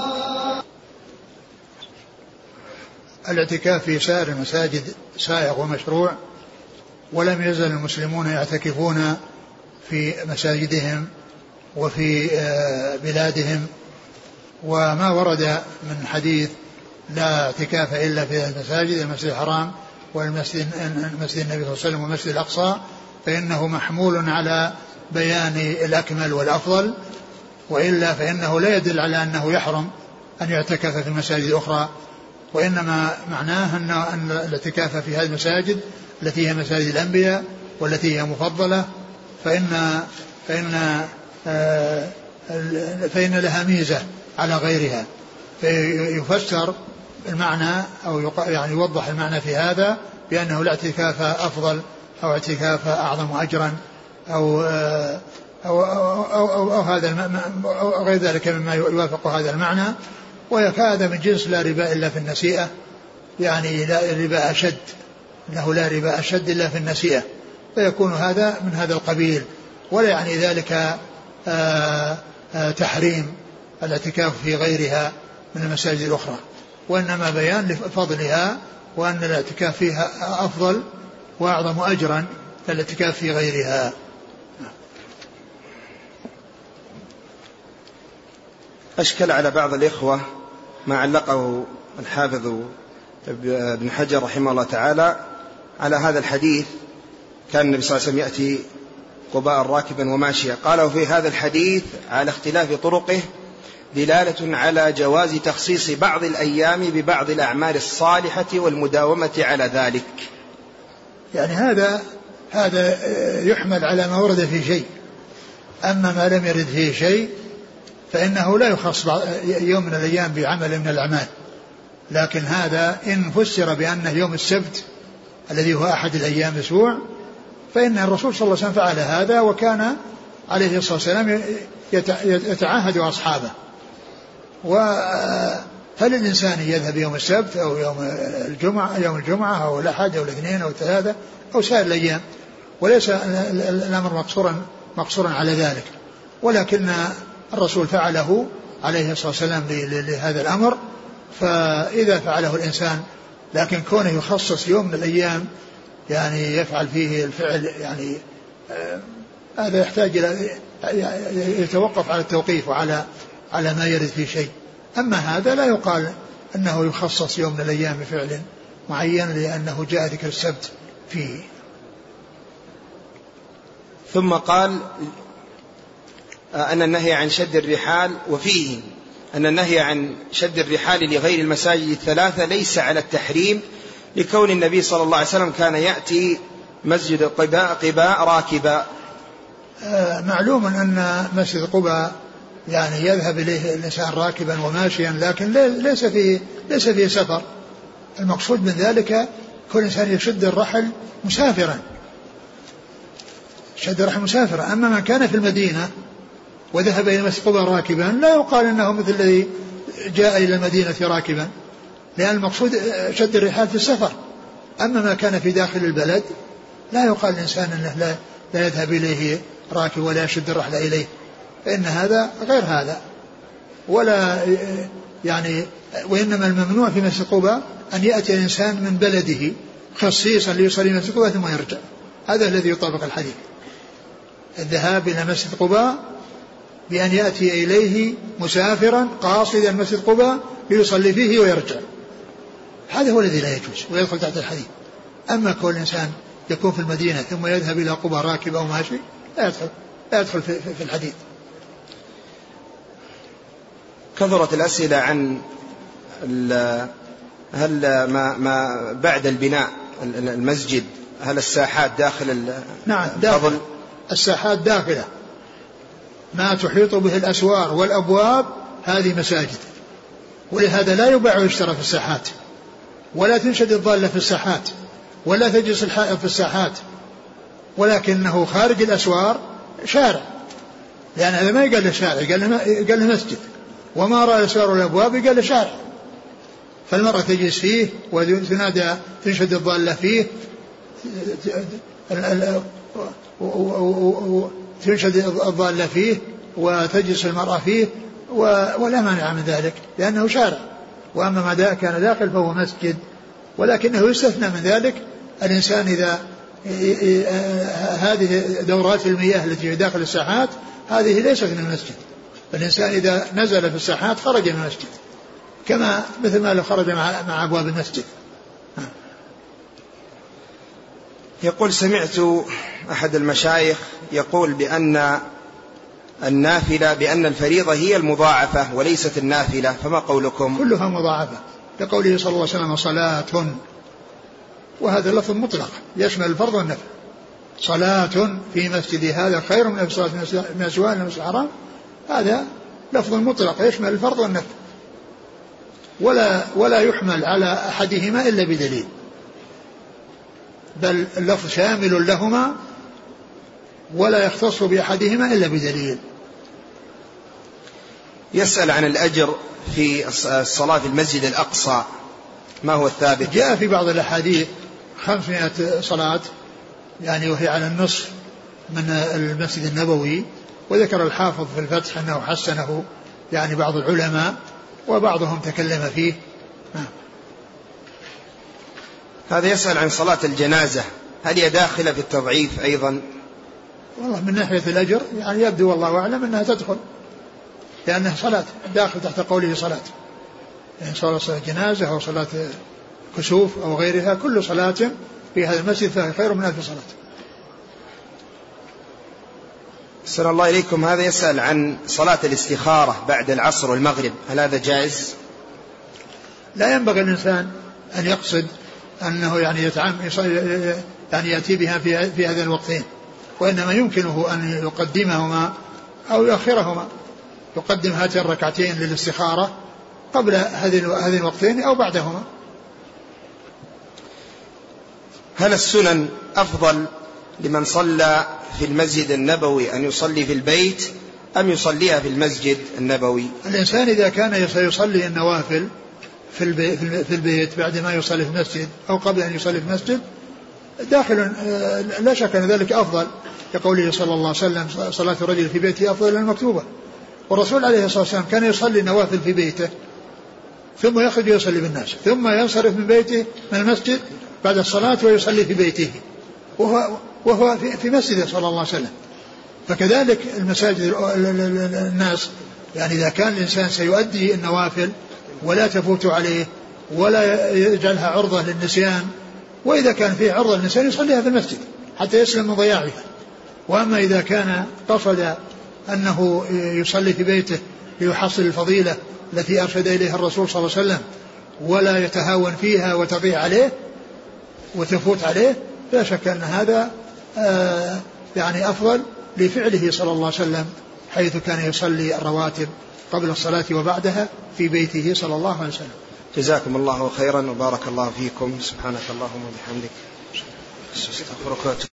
الاعتكاف في سائر المساجد سائغ ومشروع، ولم يزل المسلمون يعتكفون في مساجدهم وفي بلادهم. وما ورد من حديث لا اعتكاف إلا في المساجد، المسجد الحرام والمسجد المسجد النبي صلى الله عليه وسلم والمسجد الأقصى، فإنه محمول على بيان الأكمل والأفضل، وإلا فإنه لا يدل على أنه يحرم أن يعتكف في المساجد الأخرى، وإنما معناه أن الاعتكاف في هذه المساجد التي هي مساجد الأنبياء والتي هي مفضلة فإن فإن فإن لها ميزة على غيرها. فيفسر المعنى أو يعني يوضح المعنى في هذا بأنه الاعتكاف أفضل أو اعتكاف أعظم أجرا أو أو, أو, أو, أو, أو هذا أو غير ذلك مما يوافق هذا المعنى. وهذا من جنس لا ربا إلا في النسيئة، يعني لا ربا أشد، إنه لا ربا أشد إلا في النسيئة، فيكون هذا من هذا القبيل. ولا يعني ذلك آآ آآ تحريم الاعتكاف في غيرها من المساجد الأخرى، وإنما بيان لفضلها وأن الاعتكاف فيها أفضل وأعظم أجرا كالاعتكاف في غيرها. أشكل على بعض الإخوة ما علقه الحافظ ابن حجر رحمه الله تعالى على هذا الحديث: كان النبي صلى الله عليه وسلم يأتي قباء راكبا وماشيا. قالوا في هذا الحديث على اختلاف طرقه دلالة على جواز تخصيص بعض الأيام ببعض الأعمال الصالحة والمداومة على ذلك. يعني هذا هذا يحمل على ما ورد في شيء، أما ما لم يرد فيه شيء فإنه لا يخص يوم من الأيام بعمل من الأعمال. لكن هذا إن فسر بأنه يوم السبت الذي هو أحد الأيام الأسبوع، فإن الرسول صلى الله عليه وسلم فعل هذا، وكان عليه الصلاة والسلام يتعاهد أصحابه. وهل الإنسان يذهب يوم السبت أو يوم الجمعة يوم الجمعة أو الأحد أو الاثنين أو الثلاثة أو سائر الأيام، وليس الأمر مقصورا مقصورا على ذلك، ولكن الرسول فعله عليه الصلاة والسلام لهذا الأمر. فإذا فعله الإنسان، لكن كونه يخصص يوم من الأيام يعني يفعل فيه الفعل، يعني آه هذا يحتاج إلى يتوقف على التوقيف وعلى على ما يرد فيه شيء. أما هذا لا يقال أنه يخصص يوم من الأيام بفعل معين لأنه جاء ذكر السبت فيه. ثم قال أن النهي عن شد الرحال، وفيه أن النهي عن شد الرحال لغير المساجد الثلاثة ليس على التحريم، لكون النبي صلى الله عليه وسلم كان يأتي مسجد قباء قباء راكبا. معلوم أن مسجد قباء يعني يذهب إليه الإنسان راكبا وماشيا، لكن ليس فيه ليس فيه سفر. المقصود من ذلك كل إنسان يشد الرحل مسافرا، شد الرحل مسافرا. أما من كان في المدينة وذهب إلى مسجد قباء راكبا لا يقال إنه مثل الذي جاء إلى المدينة راكبا، لأن المقصود شد الرحال في السفر. أما ما كان في داخل البلد لا يقال الإنسان أنه لا, لا يذهب إليه راكب ولا يشد الرحل إليه، فإن هذا غير هذا. ولا يعني وإنما الممنوع في مسجد قباء أن يأتي الإنسان من بلده خصيصا ليصلي مسجد قباء ثم يرجع. هذا الذي يطابق الحديث، الذهاب إلى مسجد قباء بأن يأتي إليه مسافرا قاصدا مسجد قباء ليصلي فيه ويرجع، هذا هو الذي لا يجوز ويدخل تحت الحديث. أما كل إنسان يكون في المدينة ثم يذهب إلى قباء راكب أو ماشي لا يدخل, لا يدخل في, في الحديث. كثرت الأسئلة عن هل ما, ما بعد البناء المسجد، هل الساحات داخل؟ نعم داخل الساحات داخلة، ما تحيط به الأسوار والأبواب هذه مساجد، ولهذا لا يباع ويشترى في الساحات، ولا تنشد الضالة في الساحات، ولا تجلس الحائط في الساحات، ولكنه خارج الأسوار شارع، لأن هذا ما يقال له شارع، يقال له مسجد، وما رأى الأسوار والأبواب يقال له شارع. فالمرأة تجلس فيه وتنادى تنشد الضالة فيه، تنشد الضالة فيه وتجلس المرأة فيه، ولا مانع من ذلك لأنه شارع. وأما ما كان داخل فهو مسجد، ولكنه يستثنى من ذلك الإنسان إذا هذه دورات المياه التي في داخل الساحات هذه ليست من المسجد، الإنسان إذا نزل في الساحات خرج من المسجد، كما مثل ما لو خرج مع, مع أبواب المسجد. يقول سمعت أحد المشايخ يقول بأن النافلة بأن الفريضة هي المضاعفة وليست النافلة، فما قولكم؟ كلها مضاعفة، لقوله صلى الله عليه وسلم صلاة، وهذا لفظ مطلق يشمل الفرض والنفل. صلاة في مسجد هذا خير من صلاة من أسوار المسجد الحرام، هذا لفظ مطلق يشمل الفرض والنفل، ولا ولا يحمل على أحدهما إلا بدليل، بل اللفظ شامل لهما ولا يختص بأحدهما إلا بدليل. يسأل عن الأجر في الصلاة في المسجد الأقصى، ما هو الثابت؟ جاء في بعض الأحاديث خمسمائة صلاة، يعني وهي على النصف من المسجد النبوي، وذكر الحافظ في الفتح أنه حسنه يعني بعض العلماء وبعضهم تكلم فيه. هذا يسأل عن صلاة الجنازة، هل هي داخلة في التضعيف أيضا؟ والله من ناحية الأجر يعني يبدو والله أعلم أنها تدخل، لأنها صلاة داخل تحت قوله صلاة، يعني صلاة صلاة جنازة أو صلاة كسوف أو غيرها، كل صلاة في هذا المسجد فهي خير من ألف صلاة. أحسن الله إليكم. هذا يسأل عن صلاة الاستخارة بعد العصر والمغرب، هل هذا جائز؟ لا ينبغي الإنسان أن يقصد أنه يعني يتعم يعني يأتي بها في في هذين الوقتين، وإنما يمكنه أن يقدمهما أو يؤخرهما، يقدم هاتين الركعتين للاستخارة قبل هذين الوقتين أو بعدهما. هل السنن أفضل لمن صلى في المسجد النبوي أن يصلي في البيت أم يصليها في المسجد النبوي؟ الإنسان إذا كان يصلي النوافل في البيت, في البيت بعد ما يصلي في المسجد أو قبل أن يصلي في المسجد داخل، لا شك أن ذلك أفضل، لقوله صلى الله عليه وسلم صلاة الرجل في بيته أفضل من المكتوبة. والرسول عليه الصلاة والسلام كان يصلي النوافل في بيته ثم يخرج يصلي بالناس، ثم ينصرف من بيته من المسجد بعد الصلاة ويصلي في بيته وهو, وهو في مسجده صلى الله عليه وسلم. فكذلك المساجد الناس، يعني إذا كان الإنسان سيؤدي النوافل ولا تفوت عليه ولا يجعلها عرضة للنسيان، وإذا كان فيه عرضة للنسيان يصليها في المسجد حتى يسلم من ضياعها. وأما إذا كان قصد أنه يصلي في بيته ليحصل الفضيلة التي أرشد إليها الرسول صلى الله عليه وسلم ولا يتهاون فيها وتضيع عليه وتفوت عليه، لا شك أن هذا آه يعني أفضل لفعله صلى الله عليه وسلم، حيث كان يصلي الرواتب قبل الصلاة وبعدها في بيته صلى الله عليه وسلم. جزاكم الله خيرا وبارك الله فيكم. سبحانك اللهم وبحمدك، استغفرك.